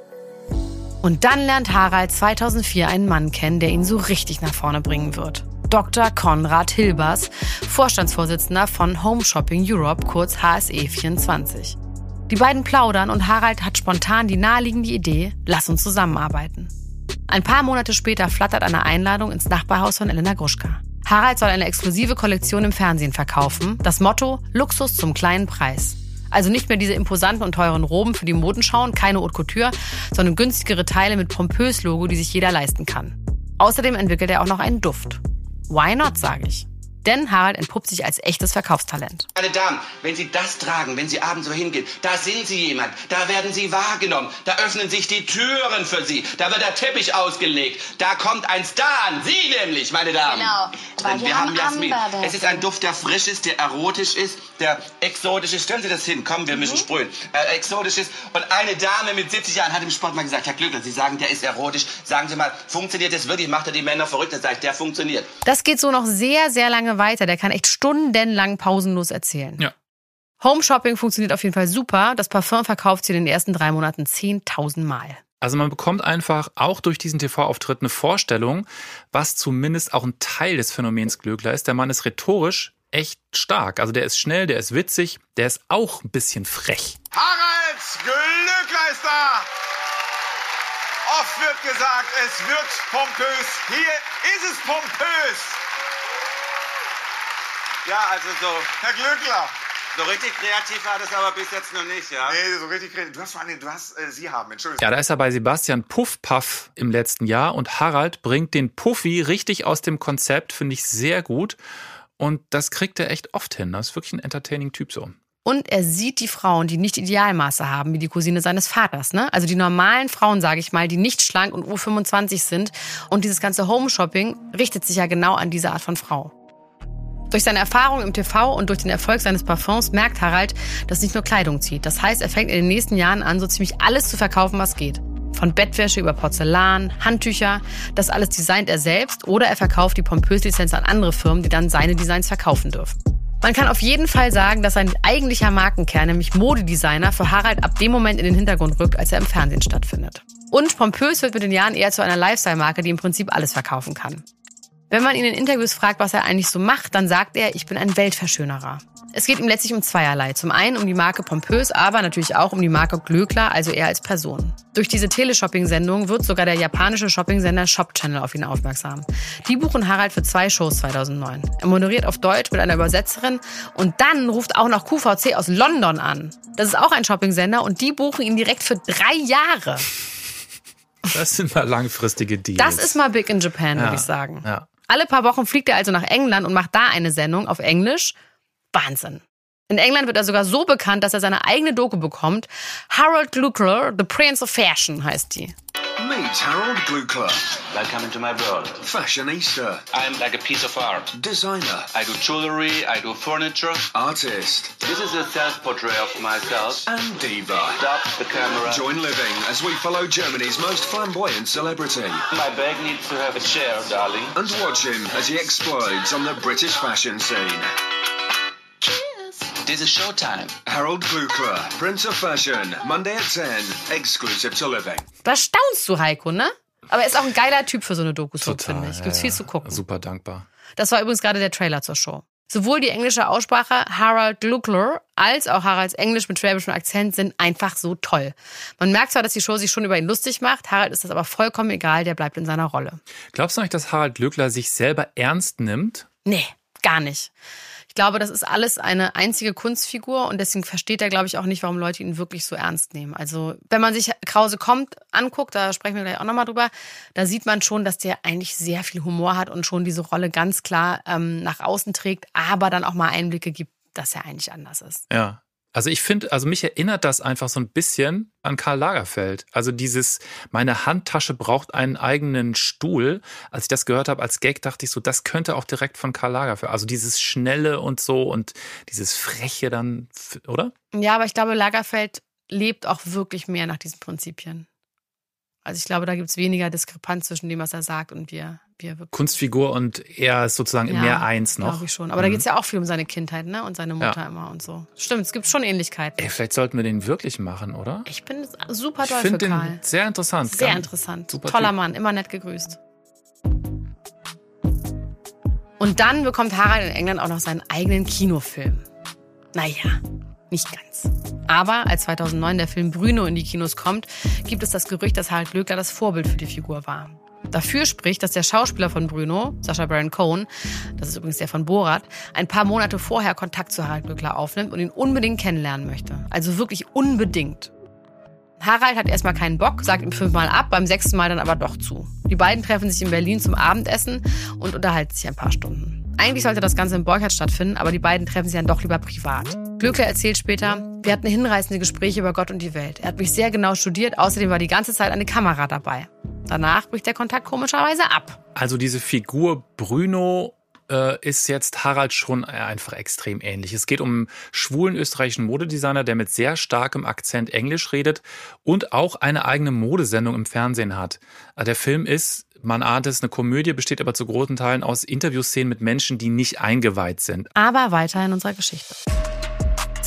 Und dann lernt Harald zweitausendvier einen Mann kennen, der ihn so richtig nach vorne bringen wird. Doktor Konrad Hilbers, Vorstandsvorsitzender von Home Shopping Europe, kurz H S E vierundzwanzig. Die beiden plaudern und Harald hat spontan die naheliegende Idee, lass uns zusammenarbeiten. Ein paar Monate später flattert eine Einladung ins Nachbarhaus von Elena Gruschka. Harald soll eine exklusive Kollektion im Fernsehen verkaufen. Das Motto, Luxus zum kleinen Preis. Also nicht mehr diese imposanten und teuren Roben für die Modenschauen, keine Haute Couture, sondern günstigere Teile mit pompös Logo, die sich jeder leisten kann. Außerdem entwickelt er auch noch einen Duft. Why not, sage ich. Denn Harald entpuppt sich als echtes Verkaufstalent. Meine Damen, wenn Sie das tragen, wenn Sie abends so hingehen, da sind Sie jemand, da werden Sie wahrgenommen, da öffnen sich die Türen für Sie, da wird der Teppich ausgelegt, da kommt ein Star an, Sie nämlich, meine Damen. Genau, weil Denn wir, wir haben Jasmin. Amber, Es ist ein Duft, der frisch ist, der erotisch ist, der exotisch ist. Stellen Sie das hin, komm, wir müssen Mhm. sprühen. Äh, exotisch ist. Und eine Dame mit siebzig Jahren hat im Sport mal gesagt, Herr Glöckler, Sie sagen, der ist erotisch. Sagen Sie mal, funktioniert das wirklich? Macht er die Männer verrückt? Dann sage ich, der funktioniert. Das geht so noch sehr, sehr lange weiter. Der kann echt stundenlang pausenlos erzählen. Ja. Home Shopping funktioniert auf jeden Fall super. Das Parfum verkauft sie in den ersten drei Monaten zehntausend Mal. Also man bekommt einfach auch durch diesen T V-Auftritt eine Vorstellung, was zumindest auch ein Teil des Phänomens Glöckler ist. Der Mann ist rhetorisch echt stark. Also der ist schnell, der ist witzig, der ist auch ein bisschen frech. Harald Glöckler ist da! Oft wird gesagt, es wird pompös. Hier ist es pompös. Ja, also so. Herr Glöckler. So richtig kreativ war das aber bis jetzt noch nicht, ja? Nee, so richtig kreativ. Du hast vor allem, du hast äh, Sie haben, Entschuldigung. Ja, da ist er bei Sebastian Puff-Puff im letzten Jahr und Harald bringt den Puffy richtig aus dem Konzept, finde ich sehr gut. Und das kriegt er echt oft hin. Das ist wirklich ein entertaining Typ so. Und er sieht die Frauen, die nicht Idealmaße haben, wie die Cousine seines Vaters. Ne? Also die normalen Frauen, sage ich mal, die nicht schlank und U fünfundzwanzig sind. Und dieses ganze Home-Shopping richtet sich ja genau an diese Art von Frau. Durch seine Erfahrung im T V und durch den Erfolg seines Parfums merkt Harald, dass nicht nur Kleidung zieht. Das heißt, er fängt in den nächsten Jahren an, so ziemlich alles zu verkaufen, was geht. Von Bettwäsche über Porzellan, Handtücher, das alles designt er selbst oder er verkauft die Pompös-Lizenz an andere Firmen, die dann seine Designs verkaufen dürfen. Man kann auf jeden Fall sagen, dass sein eigentlicher Markenkern, nämlich Modedesigner, für Harald ab dem Moment in den Hintergrund rückt, als er im Fernsehen stattfindet. Und Pompös wird mit den Jahren eher zu einer Lifestyle-Marke, die im Prinzip alles verkaufen kann. Wenn man ihn in Interviews fragt, was er eigentlich so macht, dann sagt er, ich bin ein Weltverschönerer. Es geht ihm letztlich um zweierlei. Zum einen um die Marke Pompös, aber natürlich auch um die Marke Glöckler, also er als Person. Durch diese Teleshopping-Sendung wird sogar der japanische Shopping-Sender Shop Channel auf ihn aufmerksam. Die buchen Harald für zwei Shows zweitausendneun. Er moderiert auf Deutsch mit einer Übersetzerin und dann ruft auch noch Q V C aus London an. Das ist auch ein Shopping-Sender und die buchen ihn direkt für drei Jahre. Das sind mal langfristige Deals. Das ist mal big in Japan, ja, würde ich sagen. Ja. Alle paar Wochen fliegt er also nach England und macht da eine Sendung auf Englisch. Wahnsinn. In England wird er sogar so bekannt, dass er seine eigene Doku bekommt. Harold Glöckler, The Prince of Fashion heißt die. Meet Harold Glöckler. Welcome into my world. Fashionista. I'm like a piece of art. Designer. I do jewelry, I do furniture. Artist. This is a self-portrait of myself. And diva. Stop the camera. Join Living as we follow Germany's most flamboyant celebrity. My bag needs to have a chair, darling. And watch him as he explodes on the British fashion scene. This is showtime. Harold Glöckler, Prince of Fashion, Monday at ten, exclusive to Living. Da staunst du, Heiko, ne? Aber er ist auch ein geiler Typ für so eine Doku-Soap, finde ich. Gibt's ja, viel zu gucken. Super dankbar. Das war übrigens gerade der Trailer zur Show. Sowohl die englische Aussprache Harold Glöckler als auch Haralds Englisch mit schwäbischem Akzent sind einfach so toll. Man merkt zwar, dass die Show sich schon über ihn lustig macht, Harald ist das aber vollkommen egal, der bleibt in seiner Rolle. Glaubst du nicht, dass Harald Glöckler sich selber ernst nimmt? Nee, gar nicht. Ich glaube, das ist alles eine einzige Kunstfigur und deswegen versteht er, glaube ich, auch nicht, warum Leute ihn wirklich so ernst nehmen. Also wenn man sich Krause kommt anguckt, da sprechen wir gleich auch nochmal drüber, da sieht man schon, dass der eigentlich sehr viel Humor hat und schon diese Rolle ganz klar ähm, nach außen trägt, aber dann auch mal Einblicke gibt, dass er eigentlich anders ist. Ja. Also ich finde, also mich erinnert das einfach so ein bisschen an Karl Lagerfeld. Also dieses, meine Handtasche braucht einen eigenen Stuhl. Als ich das gehört habe als Gag, dachte ich so, das könnte auch direkt von Karl Lagerfeld. Also dieses Schnelle und so und dieses Freche dann, oder? Ja, aber ich glaube, Lagerfeld lebt auch wirklich mehr nach diesen Prinzipien. Also ich glaube, da gibt es weniger Diskrepanz zwischen dem, was er sagt und wie er, wie er wirklich... Kunstfigur und er ist sozusagen ja, im Meer eins noch. Glaube ich schon. Aber mhm. da geht es ja auch viel um seine Kindheit, ne? Und seine Mutter ja. immer und so. Stimmt, es gibt schon Ähnlichkeiten. Ey, vielleicht sollten wir den wirklich machen, oder? Ich bin super doll ich für den Karl. Sehr interessant. Sehr Ganz interessant. Super Toller typ. Mann, immer nett gegrüßt. Und dann bekommt Harald in England auch noch seinen eigenen Kinofilm. Naja, nicht ganz. Aber als zweitausendneun der Film Bruno in die Kinos kommt, gibt es das Gerücht, dass Harald Glöckler das Vorbild für die Figur war. Dafür spricht, dass der Schauspieler von Bruno, Sacha Baron Cohen, das ist übrigens der von Borat, ein paar Monate vorher Kontakt zu Harald Glöckler aufnimmt und ihn unbedingt kennenlernen möchte. Also wirklich unbedingt. Harald hat erstmal keinen Bock, sagt ihm fünfmal ab, beim sechsten Mal dann aber doch zu. Die beiden treffen sich in Berlin zum Abendessen und unterhalten sich ein paar Stunden. Eigentlich sollte das Ganze in Borchardt stattfinden, aber die beiden treffen sich dann doch lieber privat. Glöckler erzählt später, wir hatten hinreißende Gespräche über Gott und die Welt. Er hat mich sehr genau studiert, außerdem war die ganze Zeit eine Kamera dabei. Danach bricht der Kontakt komischerweise ab. Also diese Figur Bruno äh, ist jetzt Harald schon einfach extrem ähnlich. Es geht um einen schwulen österreichischen Modedesigner, der mit sehr starkem Akzent Englisch redet und auch eine eigene Modesendung im Fernsehen hat. Der Film ist, man ahnt es, eine Komödie, besteht aber zu großen Teilen aus Interviewszenen mit Menschen, die nicht eingeweiht sind. Aber weiter in unserer Geschichte.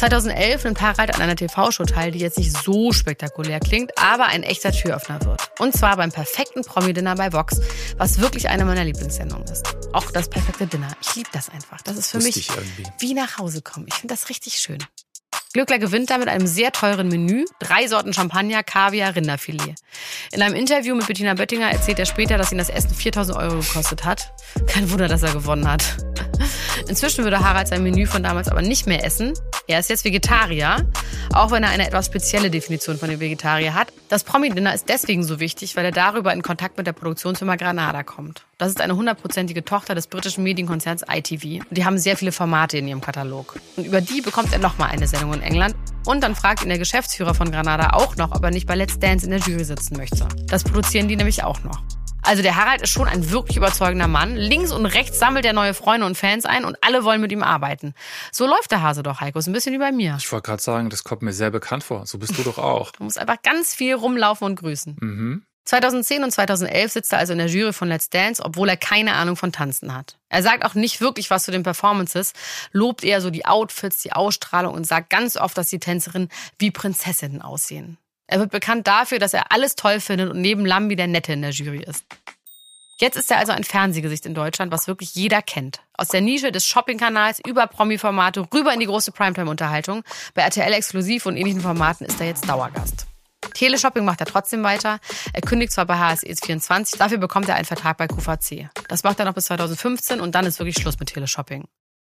zweitausendelf nimmt Harald an einer T V-Show teil, die jetzt nicht so spektakulär klingt, aber ein echter Türöffner wird. Und zwar beim perfekten Promi-Dinner bei Vox, was wirklich eine meiner Lieblingssendungen ist. Auch das perfekte Dinner. Ich liebe das einfach. Das ist für mich wie nach Hause kommen. Ich finde das richtig schön. Glöckler gewinnt da mit einem sehr teuren Menü, drei Sorten Champagner, Kaviar, Rinderfilet. In einem Interview mit Bettina Böttinger erzählt er später, dass ihn das Essen viertausend Euro gekostet hat. Kein Wunder, dass er gewonnen hat. Inzwischen würde Harald sein Menü von damals aber nicht mehr essen. Er ist jetzt Vegetarier, auch wenn er eine etwas spezielle Definition von dem Vegetarier hat. Das Promi-Dinner ist deswegen so wichtig, weil er darüber in Kontakt mit der Produktionsfirma Granada kommt. Das ist eine hundertprozentige Tochter des britischen Medienkonzerns I T V. Und die haben sehr viele Formate in ihrem Katalog. Und über die bekommt er nochmal eine Sendung in England. Und dann fragt ihn der Geschäftsführer von Granada auch noch, ob er nicht bei Let's Dance in der Jury sitzen möchte. Das produzieren die nämlich auch noch. Also der Harald ist schon ein wirklich überzeugender Mann. Links und rechts sammelt er neue Freunde und Fans ein und alle wollen mit ihm arbeiten. So läuft der Hase doch, Heiko. Ist ein bisschen wie bei mir. Ich wollte gerade sagen, das kommt mir sehr bekannt vor. So bist du doch auch. Du musst einfach ganz viel rumlaufen und grüßen. Mhm. zweitausendzehn und zweitausendelf sitzt er also in der Jury von Let's Dance, obwohl er keine Ahnung von Tanzen hat. Er sagt auch nicht wirklich was zu den Performances, lobt eher so die Outfits, die Ausstrahlung und sagt ganz oft, dass die Tänzerinnen wie Prinzessinnen aussehen. Er wird bekannt dafür, dass er alles toll findet und neben Lambi der Nette in der Jury ist. Jetzt ist er also ein Fernsehgesicht in Deutschland, was wirklich jeder kennt. Aus der Nische des Shopping-Kanals über Promi-Formate rüber in die große Primetime-Unterhaltung. Bei R T L Exklusiv und ähnlichen Formaten ist er jetzt Dauergast. Teleshopping macht er trotzdem weiter. Er kündigt zwar bei H S E vierundzwanzig, dafür bekommt er einen Vertrag bei Q V C. Das macht er noch bis zweitausendfünfzehn und dann ist wirklich Schluss mit Teleshopping.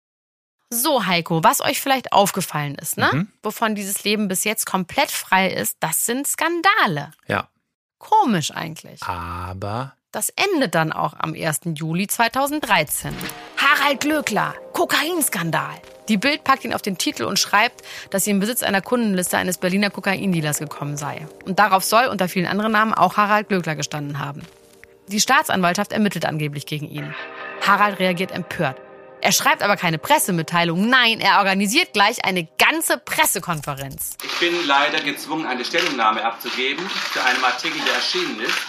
So, Heiko, was euch vielleicht aufgefallen ist, ne? Mhm. Wovon dieses Leben bis jetzt komplett frei ist, das sind Skandale. Ja. Komisch eigentlich. Aber das endet dann auch am ersten Juli zweitausenddreizehn. Harald Glöckler, Kokainskandal. Die Bild packt ihn auf den Titel und schreibt, dass sie im Besitz einer Kundenliste eines Berliner Kokaindealers gekommen sei. Und darauf soll unter vielen anderen Namen auch Harald Glöckler gestanden haben. Die Staatsanwaltschaft ermittelt angeblich gegen ihn. Harald reagiert empört. Er schreibt aber keine Pressemitteilung. Nein, er organisiert gleich eine ganze Pressekonferenz. Ich bin leider gezwungen, eine Stellungnahme abzugeben zu einem Artikel, der erschienen ist.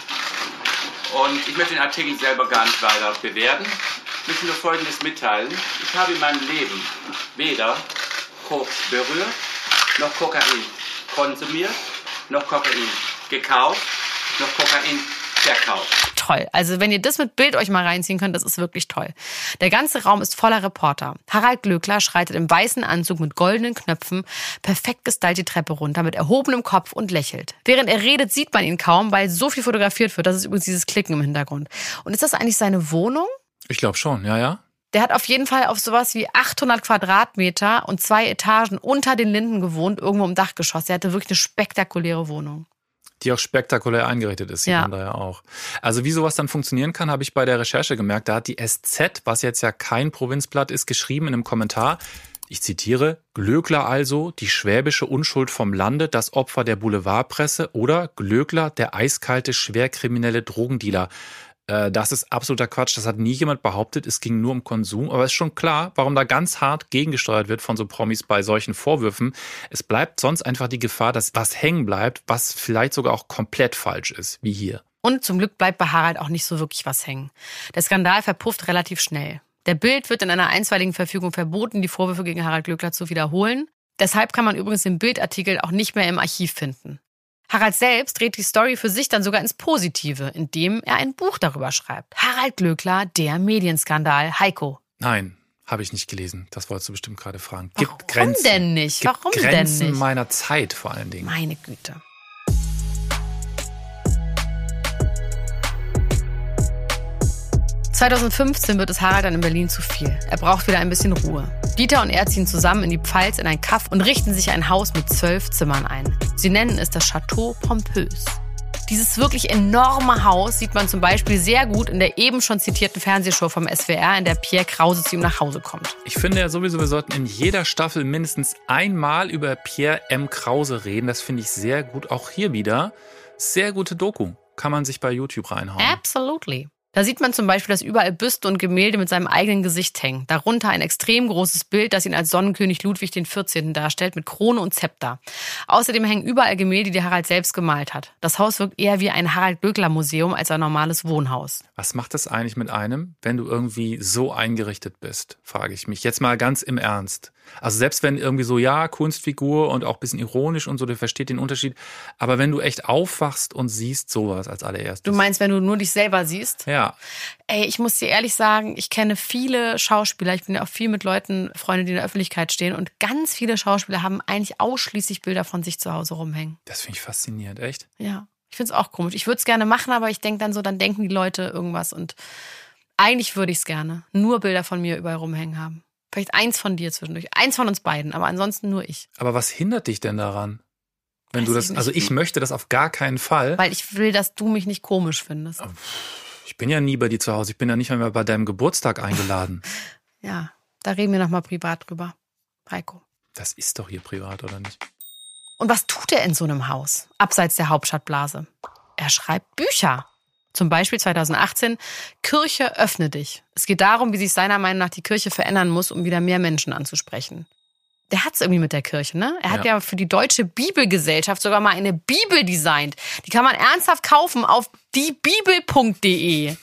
Und ich möchte den Artikel selber gar nicht weiter bewerten. Ich möchte nur Folgendes mitteilen. Ich habe in meinem Leben weder Koks berührt, noch Kokain konsumiert, noch Kokain gekauft, noch Kokain verkauft. Toll. Also wenn ihr das mit Bild euch mal reinziehen könnt, das ist wirklich toll. Der ganze Raum ist voller Reporter. Harald Glöckler schreitet im weißen Anzug mit goldenen Knöpfen perfekt gestylt die Treppe runter mit erhobenem Kopf und lächelt. Während er redet, sieht man ihn kaum, weil so viel fotografiert wird. Das ist übrigens dieses Klicken im Hintergrund. Und ist das eigentlich seine Wohnung? ich glaube schon, ja, ja. Der hat auf jeden Fall auf sowas wie achthundert Quadratmeter und zwei Etagen unter den Linden gewohnt, irgendwo im Dachgeschoss. Der hatte wirklich eine spektakuläre Wohnung. Die auch spektakulär eingerichtet ist, sieht ja. man da ja auch. Also wie sowas dann funktionieren kann, habe ich bei der Recherche gemerkt. Da hat die S Z, was jetzt ja kein Provinzblatt ist, geschrieben in einem Kommentar, ich zitiere, Glöckler also, die schwäbische Unschuld vom Lande, das Opfer der Boulevardpresse oder Glöckler, der eiskalte, schwerkriminelle Drogendealer. Das ist absoluter Quatsch, das hat nie jemand behauptet, es ging nur um Konsum. Aber es ist schon klar, warum da ganz hart gegengesteuert wird von so Promis bei solchen Vorwürfen. Es bleibt sonst einfach die Gefahr, dass was hängen bleibt, was vielleicht sogar auch komplett falsch ist, wie hier. Und zum Glück bleibt bei Harald auch nicht so wirklich was hängen. Der Skandal verpufft relativ schnell. Der Bild wird in einer einstweiligen Verfügung verboten, die Vorwürfe gegen Harald Glöckler zu wiederholen. Deshalb kann man übrigens den Bildartikel auch nicht mehr im Archiv finden. Harald selbst dreht die Story für sich dann sogar ins Positive, indem er ein Buch darüber schreibt. Harald Glöckler, der Medienskandal. Heiko. Nein, habe ich nicht gelesen. Das wolltest du bestimmt gerade fragen. Gibt Warum Grenzen. denn nicht? Gibt Warum Grenzen denn nicht? meiner Zeit vor allen Dingen. Meine Güte. zweitausendfünfzehn wird es Harald dann in Berlin zu viel. Er braucht wieder ein bisschen Ruhe. Dieter und er ziehen zusammen in die Pfalz in ein Kaff und richten sich ein Haus mit zwölf Zimmern ein. Sie nennen es das Château Pompös. Dieses wirklich enorme Haus sieht man zum Beispiel sehr gut in der eben schon zitierten Fernsehshow vom S W R, in der Pierre Krause zu ihm nach Hause kommt. Ich finde ja sowieso, wir sollten in jeder Staffel mindestens einmal über Pierre M. Krause reden. Das finde ich sehr gut. Auch hier wieder. Sehr gute Doku. Kann man sich bei YouTube reinhauen. Absolutely. Da sieht man zum Beispiel, dass überall Büsten und Gemälde mit seinem eigenen Gesicht hängen. Darunter ein extrem großes Bild, das ihn als Sonnenkönig Ludwig der vierzehnte darstellt, mit Krone und Zepter. Außerdem hängen überall Gemälde, die Harald selbst gemalt hat. Das Haus wirkt eher wie ein Harald-Glöckler-Museum als ein normales Wohnhaus. Was macht das eigentlich mit einem, wenn du irgendwie so eingerichtet bist, frage ich mich. Jetzt mal ganz im Ernst. Also selbst wenn irgendwie so, ja, Kunstfigur und auch ein bisschen ironisch und so, der versteht den Unterschied. Aber wenn du echt aufwachst und siehst sowas als allererstes. Du meinst, wenn du nur dich selber siehst? Ja. Ey, ich muss dir ehrlich sagen, ich kenne viele Schauspieler, ich bin ja auch viel mit Leuten, Freunde, die in der Öffentlichkeit stehen und ganz viele Schauspieler haben eigentlich ausschließlich Bilder von sich zu Hause rumhängen. Das finde ich faszinierend, echt? Ja, ich finde es auch komisch. Ich würde es gerne machen, aber ich denke dann so, dann denken die Leute irgendwas und eigentlich würde ich es gerne. Nur Bilder von mir überall rumhängen haben. Vielleicht eins von dir zwischendurch. Eins von uns beiden, aber ansonsten nur ich. Aber was hindert dich denn daran? Wenn Weiß du das, ich nicht. also ich möchte das auf gar keinen Fall. Weil ich will, dass du mich nicht komisch findest. Ich bin ja nie bei dir zu Hause. Ich bin ja nicht mehr bei deinem Geburtstag eingeladen. Ja, da reden wir nochmal privat drüber. Heiko. Das ist doch hier privat, oder nicht? Und was tut er in so einem Haus, abseits der Hauptstadtblase? Er schreibt Bücher. Zum Beispiel zweitausendachtzehn, Kirche, öffne dich. Es geht darum, wie sich seiner Meinung nach die Kirche verändern muss, um wieder mehr Menschen anzusprechen. Der hat's irgendwie mit der Kirche, ne? Er hat ja. ja für die Deutsche Bibelgesellschaft sogar mal eine Bibel designt. Die kann man ernsthaft kaufen auf die bibel punkt de.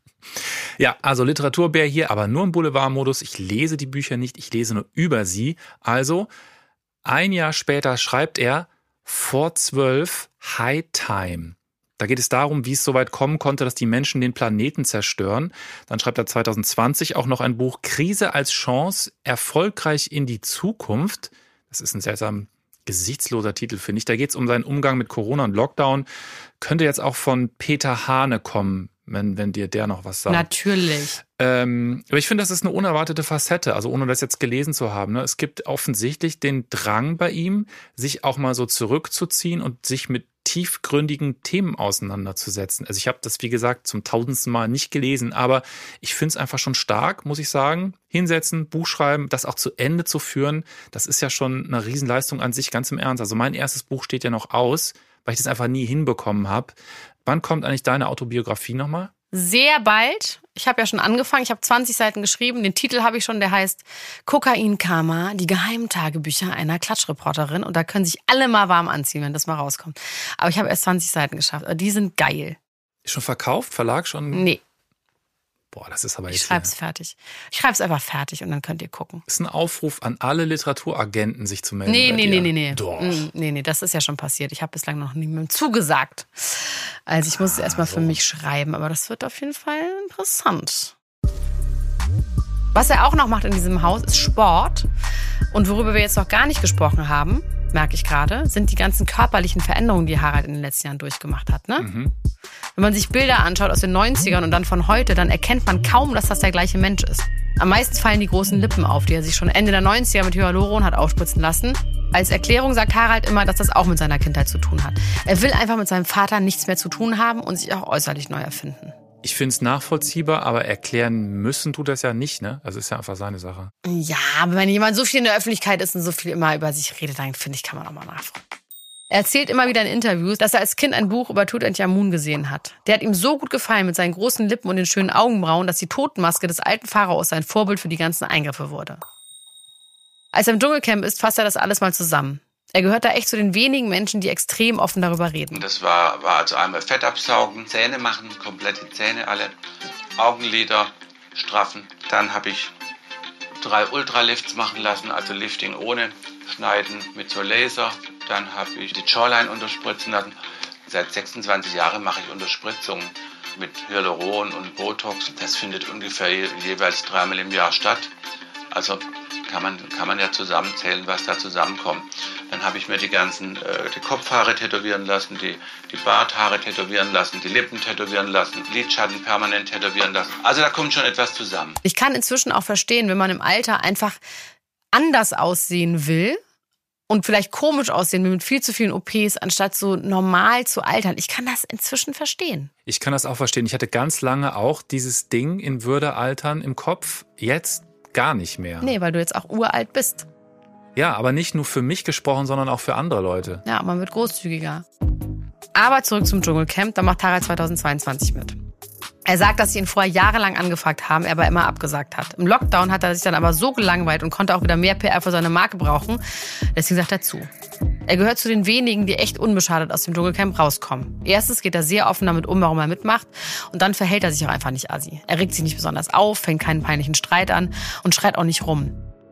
Ja, also Literaturbär hier, aber nur im Boulevardmodus. Ich lese die Bücher nicht, ich lese nur über sie. Also, ein Jahr später schreibt er vor zwölf High Time. Da geht es darum, wie es so weit kommen konnte, dass die Menschen den Planeten zerstören. Dann schreibt er zwanzig zwanzig auch noch ein Buch Krise als Chance, erfolgreich in die Zukunft. Das ist ein seltsam gesichtsloser Titel, finde ich. Da geht es um seinen Umgang mit Corona und Lockdown. Könnte jetzt auch von Peter Hane kommen, wenn, wenn dir der noch was sagt. Natürlich. Ähm, aber ich finde, das ist eine unerwartete Facette, also ohne das jetzt gelesen zu haben. Ne? Es gibt offensichtlich den Drang bei ihm, sich auch mal so zurückzuziehen und sich mit tiefgründigen Themen auseinanderzusetzen. Also ich habe das, wie gesagt, zum tausendsten Mal nicht gelesen, aber ich finde es einfach schon stark, muss ich sagen. Hinsetzen, Buch schreiben, das auch zu Ende zu führen, das ist ja schon eine Riesenleistung an sich, ganz im Ernst. Also mein erstes Buch steht ja noch aus, weil ich das einfach nie hinbekommen habe. Wann kommt eigentlich deine Autobiografie nochmal? Sehr bald. Ich habe ja schon angefangen. Ich habe zwanzig Seiten geschrieben. Den Titel habe ich schon, der heißt Kokain-Karma, die geheimen Tagebücher einer Klatschreporterin. Und da können sich alle mal warm anziehen, wenn das mal rauskommt. Aber ich habe erst zwanzig Seiten geschafft. Die sind geil. Ist schon verkauft? Verlag schon? Nee. Boah, das ist aber Ich jetzt schreibe es fertig. Ich schreibe es einfach fertig und dann könnt ihr gucken. Das ist ein Aufruf an alle Literaturagenten, sich zu melden. Nee, bei nee, dir. nee, nee, nee. Doch. Nee, nee, das ist ja schon passiert. Ich habe bislang noch niemandem zugesagt. Also ich muss es erstmal für mich schreiben, aber das wird auf jeden Fall interessant. Was er auch noch macht in diesem Haus, ist Sport. Und worüber wir jetzt noch gar nicht gesprochen haben, merke ich gerade, sind die ganzen körperlichen Veränderungen, die Harald in den letzten Jahren durchgemacht hat. Ne? Mhm. Wenn man sich Bilder anschaut aus den neunzigern und dann von heute, dann erkennt man kaum, dass das der gleiche Mensch ist. Am meisten fallen die großen Lippen auf, die er sich schon Ende der neunziger mit Hyaluron hat aufspritzen lassen. Als Erklärung sagt Harald immer, dass das auch mit seiner Kindheit zu tun hat. Er will einfach mit seinem Vater nichts mehr zu tun haben und sich auch äußerlich neu erfinden. Ich finde es nachvollziehbar, aber erklären müssen tut das ja nicht, ne? Also ist ja einfach seine Sache. Ja, aber wenn jemand so viel in der Öffentlichkeit ist und so viel immer über sich redet, dann finde ich, kann man auch mal nachfragen. Er erzählt immer wieder in Interviews, dass er als Kind ein Buch über Tutanchamun gesehen hat. Der hat ihm so gut gefallen mit seinen großen Lippen und den schönen Augenbrauen, dass die Totenmaske des alten Pharaos sein Vorbild für die ganzen Eingriffe wurde. Als er im Dschungelcamp ist, fasst er das alles mal zusammen. Er gehört da echt zu den wenigen Menschen, die extrem offen darüber reden. Das war, war also einmal Fett absaugen, Zähne machen, komplette Zähne alle, Augenlider straffen. Dann habe ich drei Ultralifts machen lassen, also Lifting ohne Schneiden mit so Laser. Dann habe ich die Jawline unterspritzen lassen. Seit sechsundzwanzig Jahren mache ich Unterspritzungen mit Hyaluron und Botox. Das findet ungefähr je, jeweils dreimal im Jahr statt. Also kann man, kann man ja zusammenzählen, was da zusammenkommt. Dann habe ich mir die ganzen äh, die Kopfhaare tätowieren lassen, die, die Barthaare tätowieren lassen, die Lippen tätowieren lassen, Lidschatten permanent tätowieren lassen. Also da kommt schon etwas zusammen. Ich kann inzwischen auch verstehen, wenn man im Alter einfach anders aussehen will und vielleicht komisch aussehen will mit viel zu vielen O Ps, anstatt so normal zu altern. Ich kann das inzwischen verstehen. Ich kann das auch verstehen. Ich hatte ganz lange auch dieses Ding in Würde altern im Kopf. Jetzt gar nicht mehr. Nee, weil du jetzt auch uralt bist. Ja, aber nicht nur für mich gesprochen, sondern auch für andere Leute. Ja, man wird großzügiger. Aber zurück zum Dschungelcamp, da macht Harald zweitausendzweiundzwanzig mit. Er sagt, dass sie ihn vorher jahrelang angefragt haben, er aber immer abgesagt hat. Im Lockdown hat er sich dann aber so gelangweilt und konnte auch wieder mehr P R für seine Marke brauchen. Deswegen sagt er zu. Er gehört zu den wenigen, die echt unbeschadet aus dem Dschungelcamp rauskommen. Erstens geht er sehr offen damit um, warum er mitmacht. Und dann verhält er sich auch einfach nicht assi. Er regt sich nicht besonders auf, fängt keinen peinlichen Streit an und schreit auch nicht rum.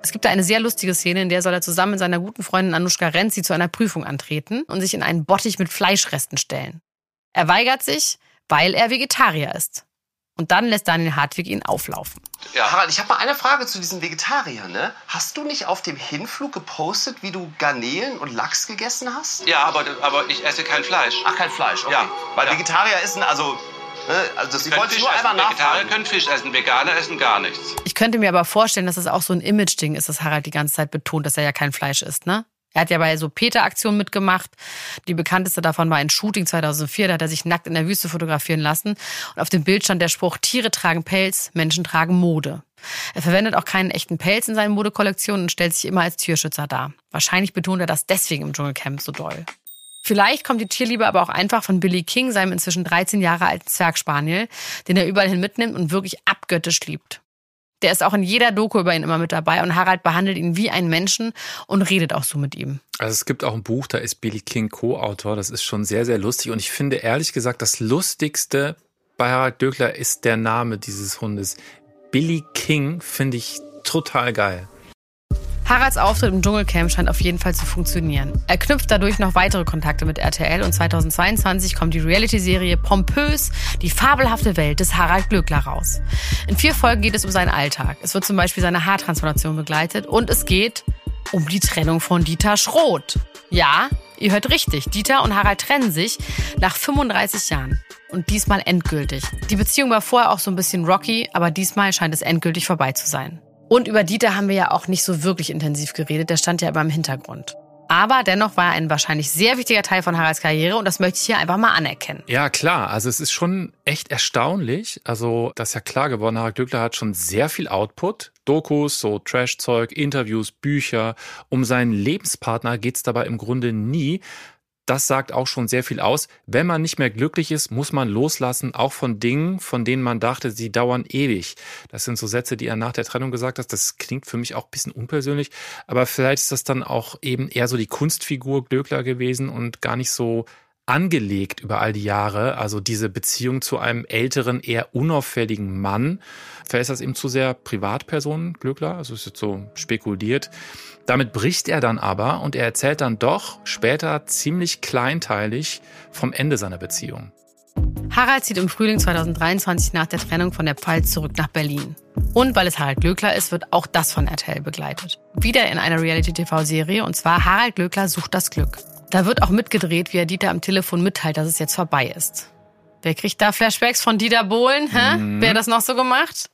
Es gibt da eine sehr lustige Szene, in der soll er zusammen mit seiner guten Freundin Anushka Renzi zu einer Prüfung antreten und sich in einen Bottich mit Fleischresten stellen. Er weigert sich, weil er Vegetarier ist. Und dann lässt Daniel Hartwig ihn auflaufen. Ja. Harald, ich habe mal eine Frage zu diesen Vegetariern. Ne? Hast du nicht auf dem Hinflug gepostet, wie du Garnelen und Lachs gegessen hast? Ja, aber, aber ich esse kein Fleisch. Ach, kein Fleisch, okay. Ja. Weil ja. Vegetarier essen, also, ne, also das, ich wollte nur einmal nachfragen. Vegetarier können Fisch essen, Veganer essen gar nichts. Ich könnte mir aber vorstellen, dass es auch so ein Image-Ding ist, dass Harald die ganze Zeit betont, dass er ja kein Fleisch isst, ne? Er hat ja bei so Peter-Aktionen mitgemacht. Die bekannteste davon war ein Shooting zweitausendvier. Da hat er sich nackt in der Wüste fotografieren lassen. Und auf dem Bild stand der Spruch, Tiere tragen Pelz, Menschen tragen Mode. Er verwendet auch keinen echten Pelz in seinen Modekollektionen und stellt sich immer als Tierschützer dar. Wahrscheinlich betont er das deswegen im Dschungelcamp so doll. Vielleicht kommt die Tierliebe aber auch einfach von Billy King, seinem inzwischen dreizehn Jahre alten Zwergspaniel, den er überall hin mitnimmt und wirklich abgöttisch liebt. Der ist auch in jeder Doku über ihn immer mit dabei und Harald behandelt ihn wie einen Menschen und redet auch so mit ihm. Also es gibt auch ein Buch, da ist Billy King Co-Autor, das ist schon sehr, sehr lustig und ich finde ehrlich gesagt, das Lustigste bei Harald Glöckler ist der Name dieses Hundes. Billy King finde ich total geil. Haralds Auftritt im Dschungelcamp scheint auf jeden Fall zu funktionieren. Er knüpft dadurch noch weitere Kontakte mit R T L und zweitausendzweiundzwanzig kommt die Reality-Serie Pompös, die fabelhafte Welt des Harald Glöckler raus. In vier Folgen geht es um seinen Alltag. Es wird zum Beispiel seine Haartransformation begleitet und es geht um die Trennung von Dieter Schroth. Ja, ihr hört richtig, Dieter und Harald trennen sich nach fünfunddreißig Jahren. Und diesmal endgültig. Die Beziehung war vorher auch so ein bisschen rocky, aber diesmal scheint es endgültig vorbei zu sein. Und über Dieter haben wir ja auch nicht so wirklich intensiv geredet, der stand ja immer im Hintergrund. Aber dennoch war er ein wahrscheinlich sehr wichtiger Teil von Haralds Karriere und das möchte ich hier einfach mal anerkennen. Ja, klar. Also es ist schon echt erstaunlich. Also das ist ja klar geworden, Harald Glöckler hat schon sehr viel Output. Dokus, so Trash-Zeug, Interviews, Bücher. Um seinen Lebenspartner geht's dabei im Grunde nie. Das sagt auch schon sehr viel aus. Wenn man nicht mehr glücklich ist, muss man loslassen, auch von Dingen, von denen man dachte, sie dauern ewig. Das sind so Sätze, die er nach der Trennung gesagt hat. Das klingt für mich auch ein bisschen unpersönlich. Aber vielleicht ist das dann auch eben eher so die Kunstfigur Glöckler gewesen und gar nicht so angelegt über all die Jahre. Also diese Beziehung zu einem älteren, eher unauffälligen Mann. Vielleicht ist das eben zu sehr Privatperson, Glöckler. Also es ist so spekuliert. Damit bricht er dann aber und er erzählt dann doch später ziemlich kleinteilig vom Ende seiner Beziehung. Harald zieht im Frühling zweitausenddreiundzwanzig nach der Trennung von der Pfalz zurück nach Berlin. Und weil es Harald Glöckler ist, wird auch das von R T L begleitet. Wieder in einer Reality-T V-Serie und zwar Harald Glöckler sucht das Glück. Da wird auch mitgedreht, wie er Dieter am Telefon mitteilt, dass es jetzt vorbei ist. Wer kriegt da Flashbacks von Dieter Bohlen? Hä? Mhm. Wer hat das noch so gemacht?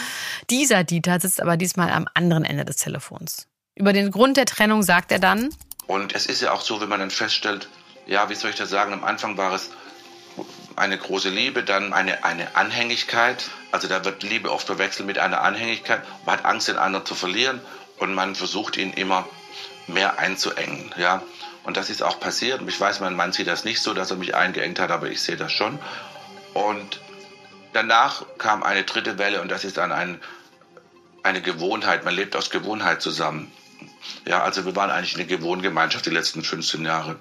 Dieser Dieter sitzt aber diesmal am anderen Ende des Telefons. Über den Grund der Trennung sagt er dann: Und es ist ja auch so, wenn man dann feststellt, ja, wie soll ich das sagen, am Anfang war es eine große Liebe, dann eine, eine Anhängigkeit. Also da wird Liebe oft verwechselt mit einer Anhängigkeit. Man hat Angst, den anderen zu verlieren und man versucht, ihn immer mehr einzuengen. Ja? Und das ist auch passiert. Ich weiß, mein Mann sieht das nicht so, dass er mich eingeengt hat, aber ich sehe das schon. Und danach kam eine dritte Welle und das ist dann ein, eine Gewohnheit. Man lebt aus Gewohnheit zusammen. Ja, also wir waren eigentlich eine Gewohngemeinschaft die letzten fünfzehn Jahre.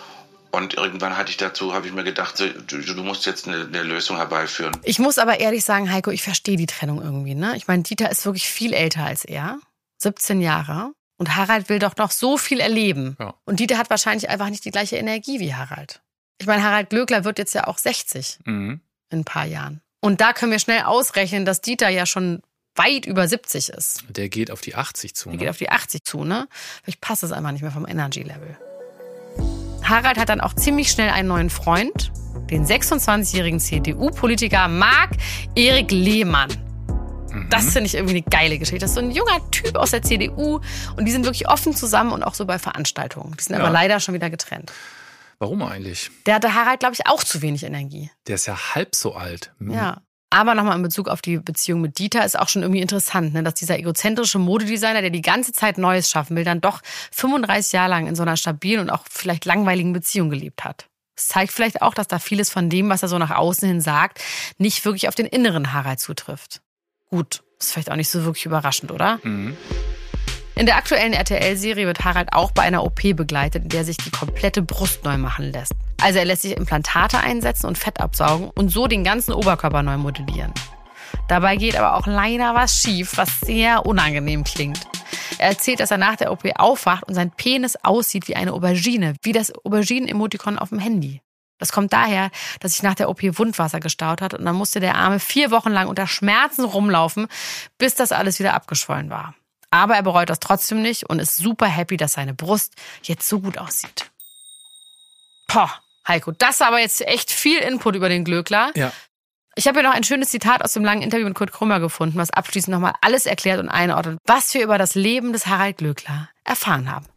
Und irgendwann hatte ich dazu, habe ich mir gedacht, du, du musst jetzt eine, eine Lösung herbeiführen. Ich muss aber ehrlich sagen, Heiko, ich verstehe die Trennung irgendwie. Ne? Ich meine, Dieter ist wirklich viel älter als er, siebzehn Jahre. Und Harald will doch noch so viel erleben. Ja. Und Dieter hat wahrscheinlich einfach nicht die gleiche Energie wie Harald. Ich meine, Harald Glöckler wird jetzt ja auch sechzig mhm. in ein paar Jahren. Und da können wir schnell ausrechnen, dass Dieter ja schon weit über siebzig ist. Der geht auf die achtzig zu. Der ne? geht auf die achtzig zu, ne? Vielleicht passt es einfach nicht mehr vom Energy-Level. Harald hat dann auch ziemlich schnell einen neuen Freund, den sechsundzwanzigjährigen C D U-Politiker Marc-Erik Lehmann. Mhm. Das finde ich irgendwie eine geile Geschichte. Das ist so ein junger Typ aus der C D U und die sind wirklich offen zusammen und auch so bei Veranstaltungen. Die sind ja. aber leider schon wieder getrennt. Warum eigentlich? Der hatte Harald, glaube ich, auch zu wenig Energie. Der ist ja halb so alt. Mhm. Ja. Aber nochmal in Bezug auf die Beziehung mit Dieter ist auch schon irgendwie interessant, ne, dass dieser egozentrische Modedesigner, der die ganze Zeit Neues schaffen will, dann doch fünfunddreißig Jahre lang in so einer stabilen und auch vielleicht langweiligen Beziehung gelebt hat. Das zeigt vielleicht auch, dass da vieles von dem, was er so nach außen hin sagt, nicht wirklich auf den inneren Harald zutrifft. Gut, ist vielleicht auch nicht so wirklich überraschend, oder? Mhm. In der aktuellen R T L-Serie wird Harald auch bei einer O P begleitet, in der sich die komplette Brust neu machen lässt. Also er lässt sich Implantate einsetzen und Fett absaugen und so den ganzen Oberkörper neu modellieren. Dabei geht aber auch leider was schief, was sehr unangenehm klingt. Er erzählt, dass er nach der O P aufwacht und sein Penis aussieht wie eine Aubergine, wie das Auberginen-Emotikon auf dem Handy. Das kommt daher, dass sich nach der O P Wundwasser gestaut hat und dann musste der Arme vier Wochen lang unter Schmerzen rumlaufen, bis das alles wieder abgeschwollen war. Aber er bereut das trotzdem nicht und ist super happy, dass seine Brust jetzt so gut aussieht. Poh, Heiko, das war aber jetzt echt viel Input über den Glöckler. Ja. Ich habe hier noch ein schönes Zitat aus dem langen Interview mit Kurt Krömer gefunden, was abschließend nochmal alles erklärt und einordnet, was wir über das Leben des Harald Glöckler erfahren haben.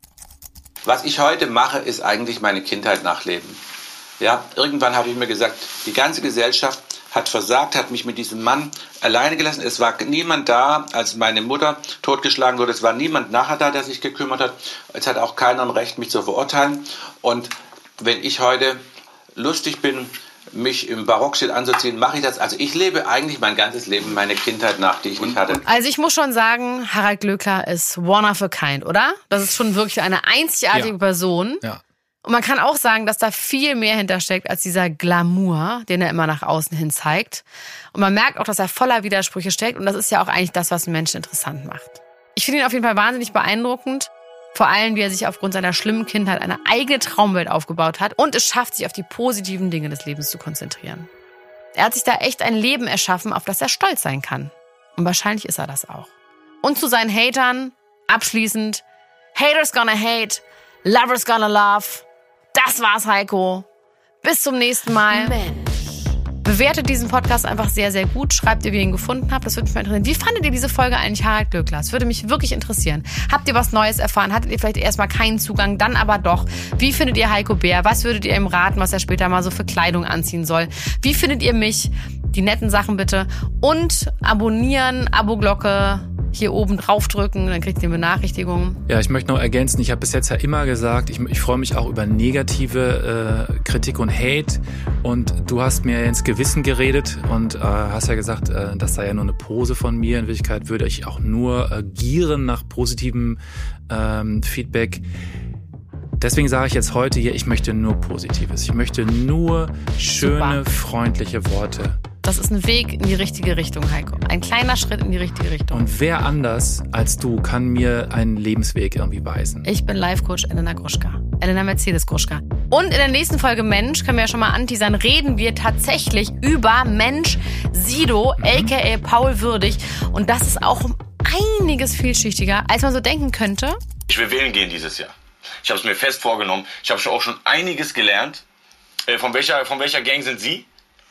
Was ich heute mache, ist eigentlich meine Kindheit nachleben. Ja, irgendwann habe ich mir gesagt, die ganze Gesellschaft hat versagt, hat mich mit diesem Mann alleine gelassen. Es war niemand da, als meine Mutter totgeschlagen wurde. Es war niemand nachher da, der sich gekümmert hat. Es hat auch keiner ein Recht, mich zu verurteilen. Und wenn ich heute lustig bin, mich im Barockstil anzuziehen, mache ich das. Also ich lebe eigentlich mein ganzes Leben meine Kindheit nach, die ich nicht hatte. Also ich muss schon sagen, Harald Glöckler ist one of a kind, oder? Das ist schon wirklich eine einzigartige ja. Person. Ja. Und man kann auch sagen, dass da viel mehr hintersteckt als dieser Glamour, den er immer nach außen hin zeigt. Und man merkt auch, dass er voller Widersprüche steckt. Und das ist ja auch eigentlich das, was einen Menschen interessant macht. Ich finde ihn auf jeden Fall wahnsinnig beeindruckend. Vor allem, wie er sich aufgrund seiner schlimmen Kindheit eine eigene Traumwelt aufgebaut hat und es schafft, sich auf die positiven Dinge des Lebens zu konzentrieren. Er hat sich da echt ein Leben erschaffen, auf das er stolz sein kann. Und wahrscheinlich ist er das auch. Und zu seinen Hatern, abschließend, Haters gonna hate, Lovers gonna love. Das war's, Heiko. Bis zum nächsten Mal. Mensch. Bewertet diesen Podcast einfach sehr, sehr gut. Schreibt ihr, wie ihr ihn gefunden habt. Das würde mich mal interessieren. Wie fandet ihr diese Folge eigentlich, Harald Glöckler? Das würde mich wirklich interessieren. Habt ihr was Neues erfahren? Hattet ihr vielleicht erstmal keinen Zugang, dann aber doch? Wie findet ihr Heiko Bär? Was würdet ihr ihm raten, was er später mal so für Kleidung anziehen soll? Wie findet ihr mich? Die netten Sachen bitte. Und abonnieren, Abo-Glocke hier oben draufdrücken, dann kriegt ihr eine Benachrichtigung. Ja, ich möchte noch ergänzen, ich habe bis jetzt ja immer gesagt, ich, ich freue mich auch über negative äh, Kritik und Hate und du hast mir ins Gewissen geredet und äh, hast ja gesagt, äh, das sei ja nur eine Pose von mir. In Wirklichkeit würde ich auch nur äh, gieren nach positivem ähm, Feedback. Deswegen sage ich jetzt heute hier, ich möchte nur Positives. Ich möchte nur schöne, Super. freundliche Worte. Das ist ein Weg in die richtige Richtung, Heiko. Ein kleiner Schritt in die richtige Richtung. Und wer anders als du kann mir einen Lebensweg irgendwie weisen? Ich bin Life-Coach Elena Gruschka. Elena Mercedes Gruschka. Und in der nächsten Folge Mensch, können wir ja schon mal anteasern, reden wir tatsächlich über Mensch Sido, mhm. aka Paul Würdig. Und das ist auch um einiges vielschichtiger, als man so denken könnte. Ich will wählen gehen dieses Jahr. Ich habe es mir fest vorgenommen. Ich habe auch schon einiges gelernt. Äh, von welcher, von welcher Gang sind Sie?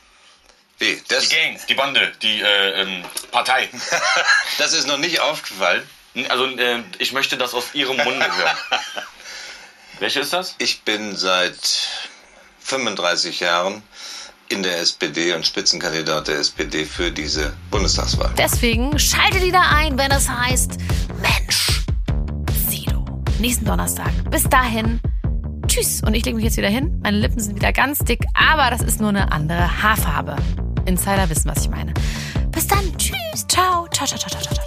Wie, das? Die Gang, die Bande, die äh, ähm, Partei. Das ist noch nicht aufgefallen. Also äh, ich möchte das aus Ihrem Munde hören. Welche ist das? Ich bin seit fünfunddreißig Jahren in der S P D und Spitzenkandidat der S P D für diese Bundestagswahl. Deswegen schaltet wieder ein, wenn es heißt Mensch Sido. Nächsten Donnerstag. Bis dahin. Tschüss. Und ich lege mich jetzt wieder hin. Meine Lippen sind wieder ganz dick, aber das ist nur eine andere Haarfarbe. Insider wissen, was ich meine. Bis dann. Tschüss. Ciao. Ciao, ciao, ciao, ciao, ciao, ciao.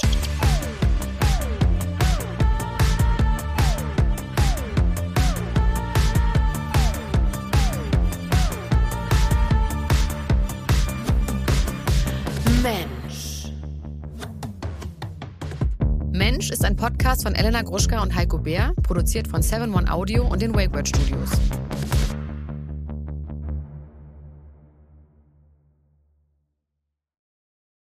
Mensch. Mensch ist ein Podcast von Elena Gruschka und Heiko Bär, produziert von seven one Audio und den Wakeword Studios.